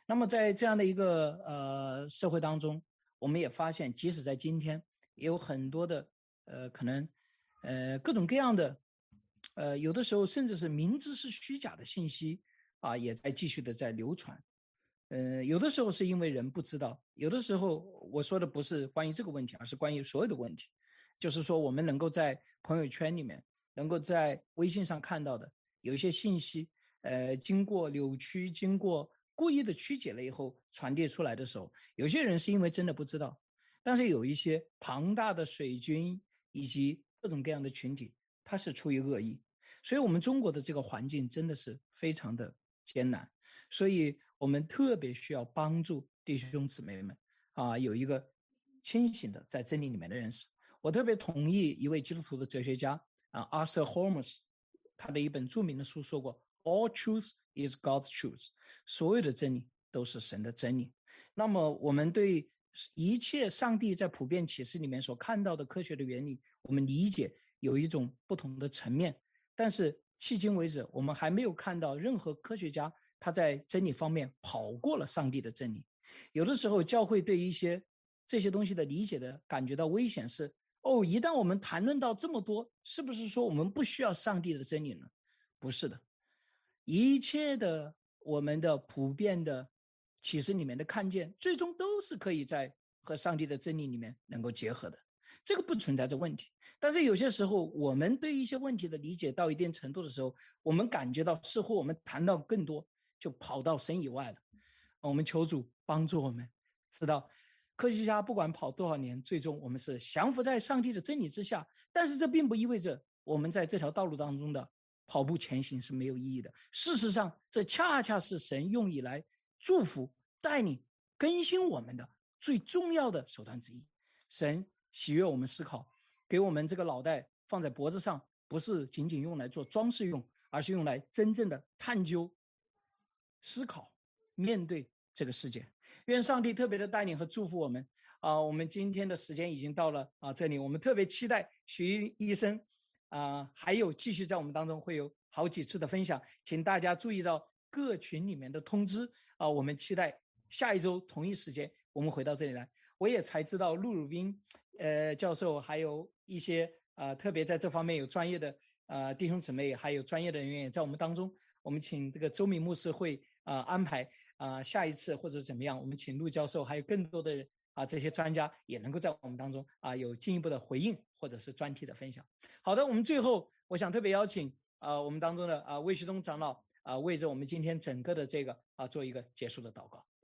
那么在这样的一个呃社会当中，我们也发现，即使在今天，也有很多的呃可能呃各种各样的呃有的时候甚至是明知是虚假的信息啊，也在继续的在流传。呃，有的时候是因为人不知道，有的时候我说的不是关于这个问题，而是关于所有的问题。就是说，我们能够在朋友圈里面，能够在微信上看到的有一些信息，呃，经过扭曲，经过故意的曲解了以后传递出来的时候，有些人是因为真的不知道，但是有一些庞大的水军以及各种各样的群体，他是出于恶意。所以我们中国的这个环境真的是非常的艰难。所以我们特别需要帮助弟兄姊妹们啊，有一个清醒的在真理里面的认识。我特别同意一位基督徒的哲学家啊 ，Arthur Holmes， 他的一本著名的书说过 ，All truth is God's truth， 所有的真理都是神的真理。那么我们对一切上帝在普遍启示里面所看到的科学的原理，我们理解有一种不同的层面，但是迄今为止，我们还没有看到任何科学家他在真理方面跑过了上帝的真理。有的时候教会对一些这些东西的理解的感觉到危险是，哦，一旦我们谈论到这么多，是不是说我们不需要上帝的真理呢？不是的，一切的我们的普遍的启示里面的看见，最终都是可以在和上帝的真理里面能够结合的，这个不存在着问题。但是有些时候我们对一些问题的理解到一定程度的时候，我们感觉到似乎我们谈到更多就跑到神以外了。我们求主帮助我们知道，科学家不管跑多少年，最终我们是降服在上帝的真理之下，但是这并不意味着我们在这条道路当中的跑步前行是没有意义的。事实上，这恰恰是神用以来祝福带领更新我们的最重要的手段之一。神喜悦我们思考，给我们这个脑袋放在脖子上，不是仅仅用来做装饰用，而是用来真正的探究思考面对这个世界。愿上帝特别的带领和祝福我们啊、呃！我们今天的时间已经到了啊、呃，这里我们特别期待徐医生啊、呃，还有继续在我们当中会有好几次的分享，请大家注意到各群里面的通知啊、呃！我们期待下一周同一时间我们回到这里来。我也才知道陆鲁宾呃教授还有一些啊、呃、特别在这方面有专业的呃弟兄姊妹，还有专业的人员也在我们当中。我们请这个周敏牧师会啊、呃、安排啊、呃、下一次或者怎么样，我们请陆教授还有更多的人啊、呃、这些专家也能够在我们当中啊、呃、有进一步的回应或者是专题的分享。好的，我们最后我想特别邀请啊、呃、我们当中的啊、呃、魏旭东长老啊、呃、为着我们今天整个的这个啊、呃、做一个结束的祷告。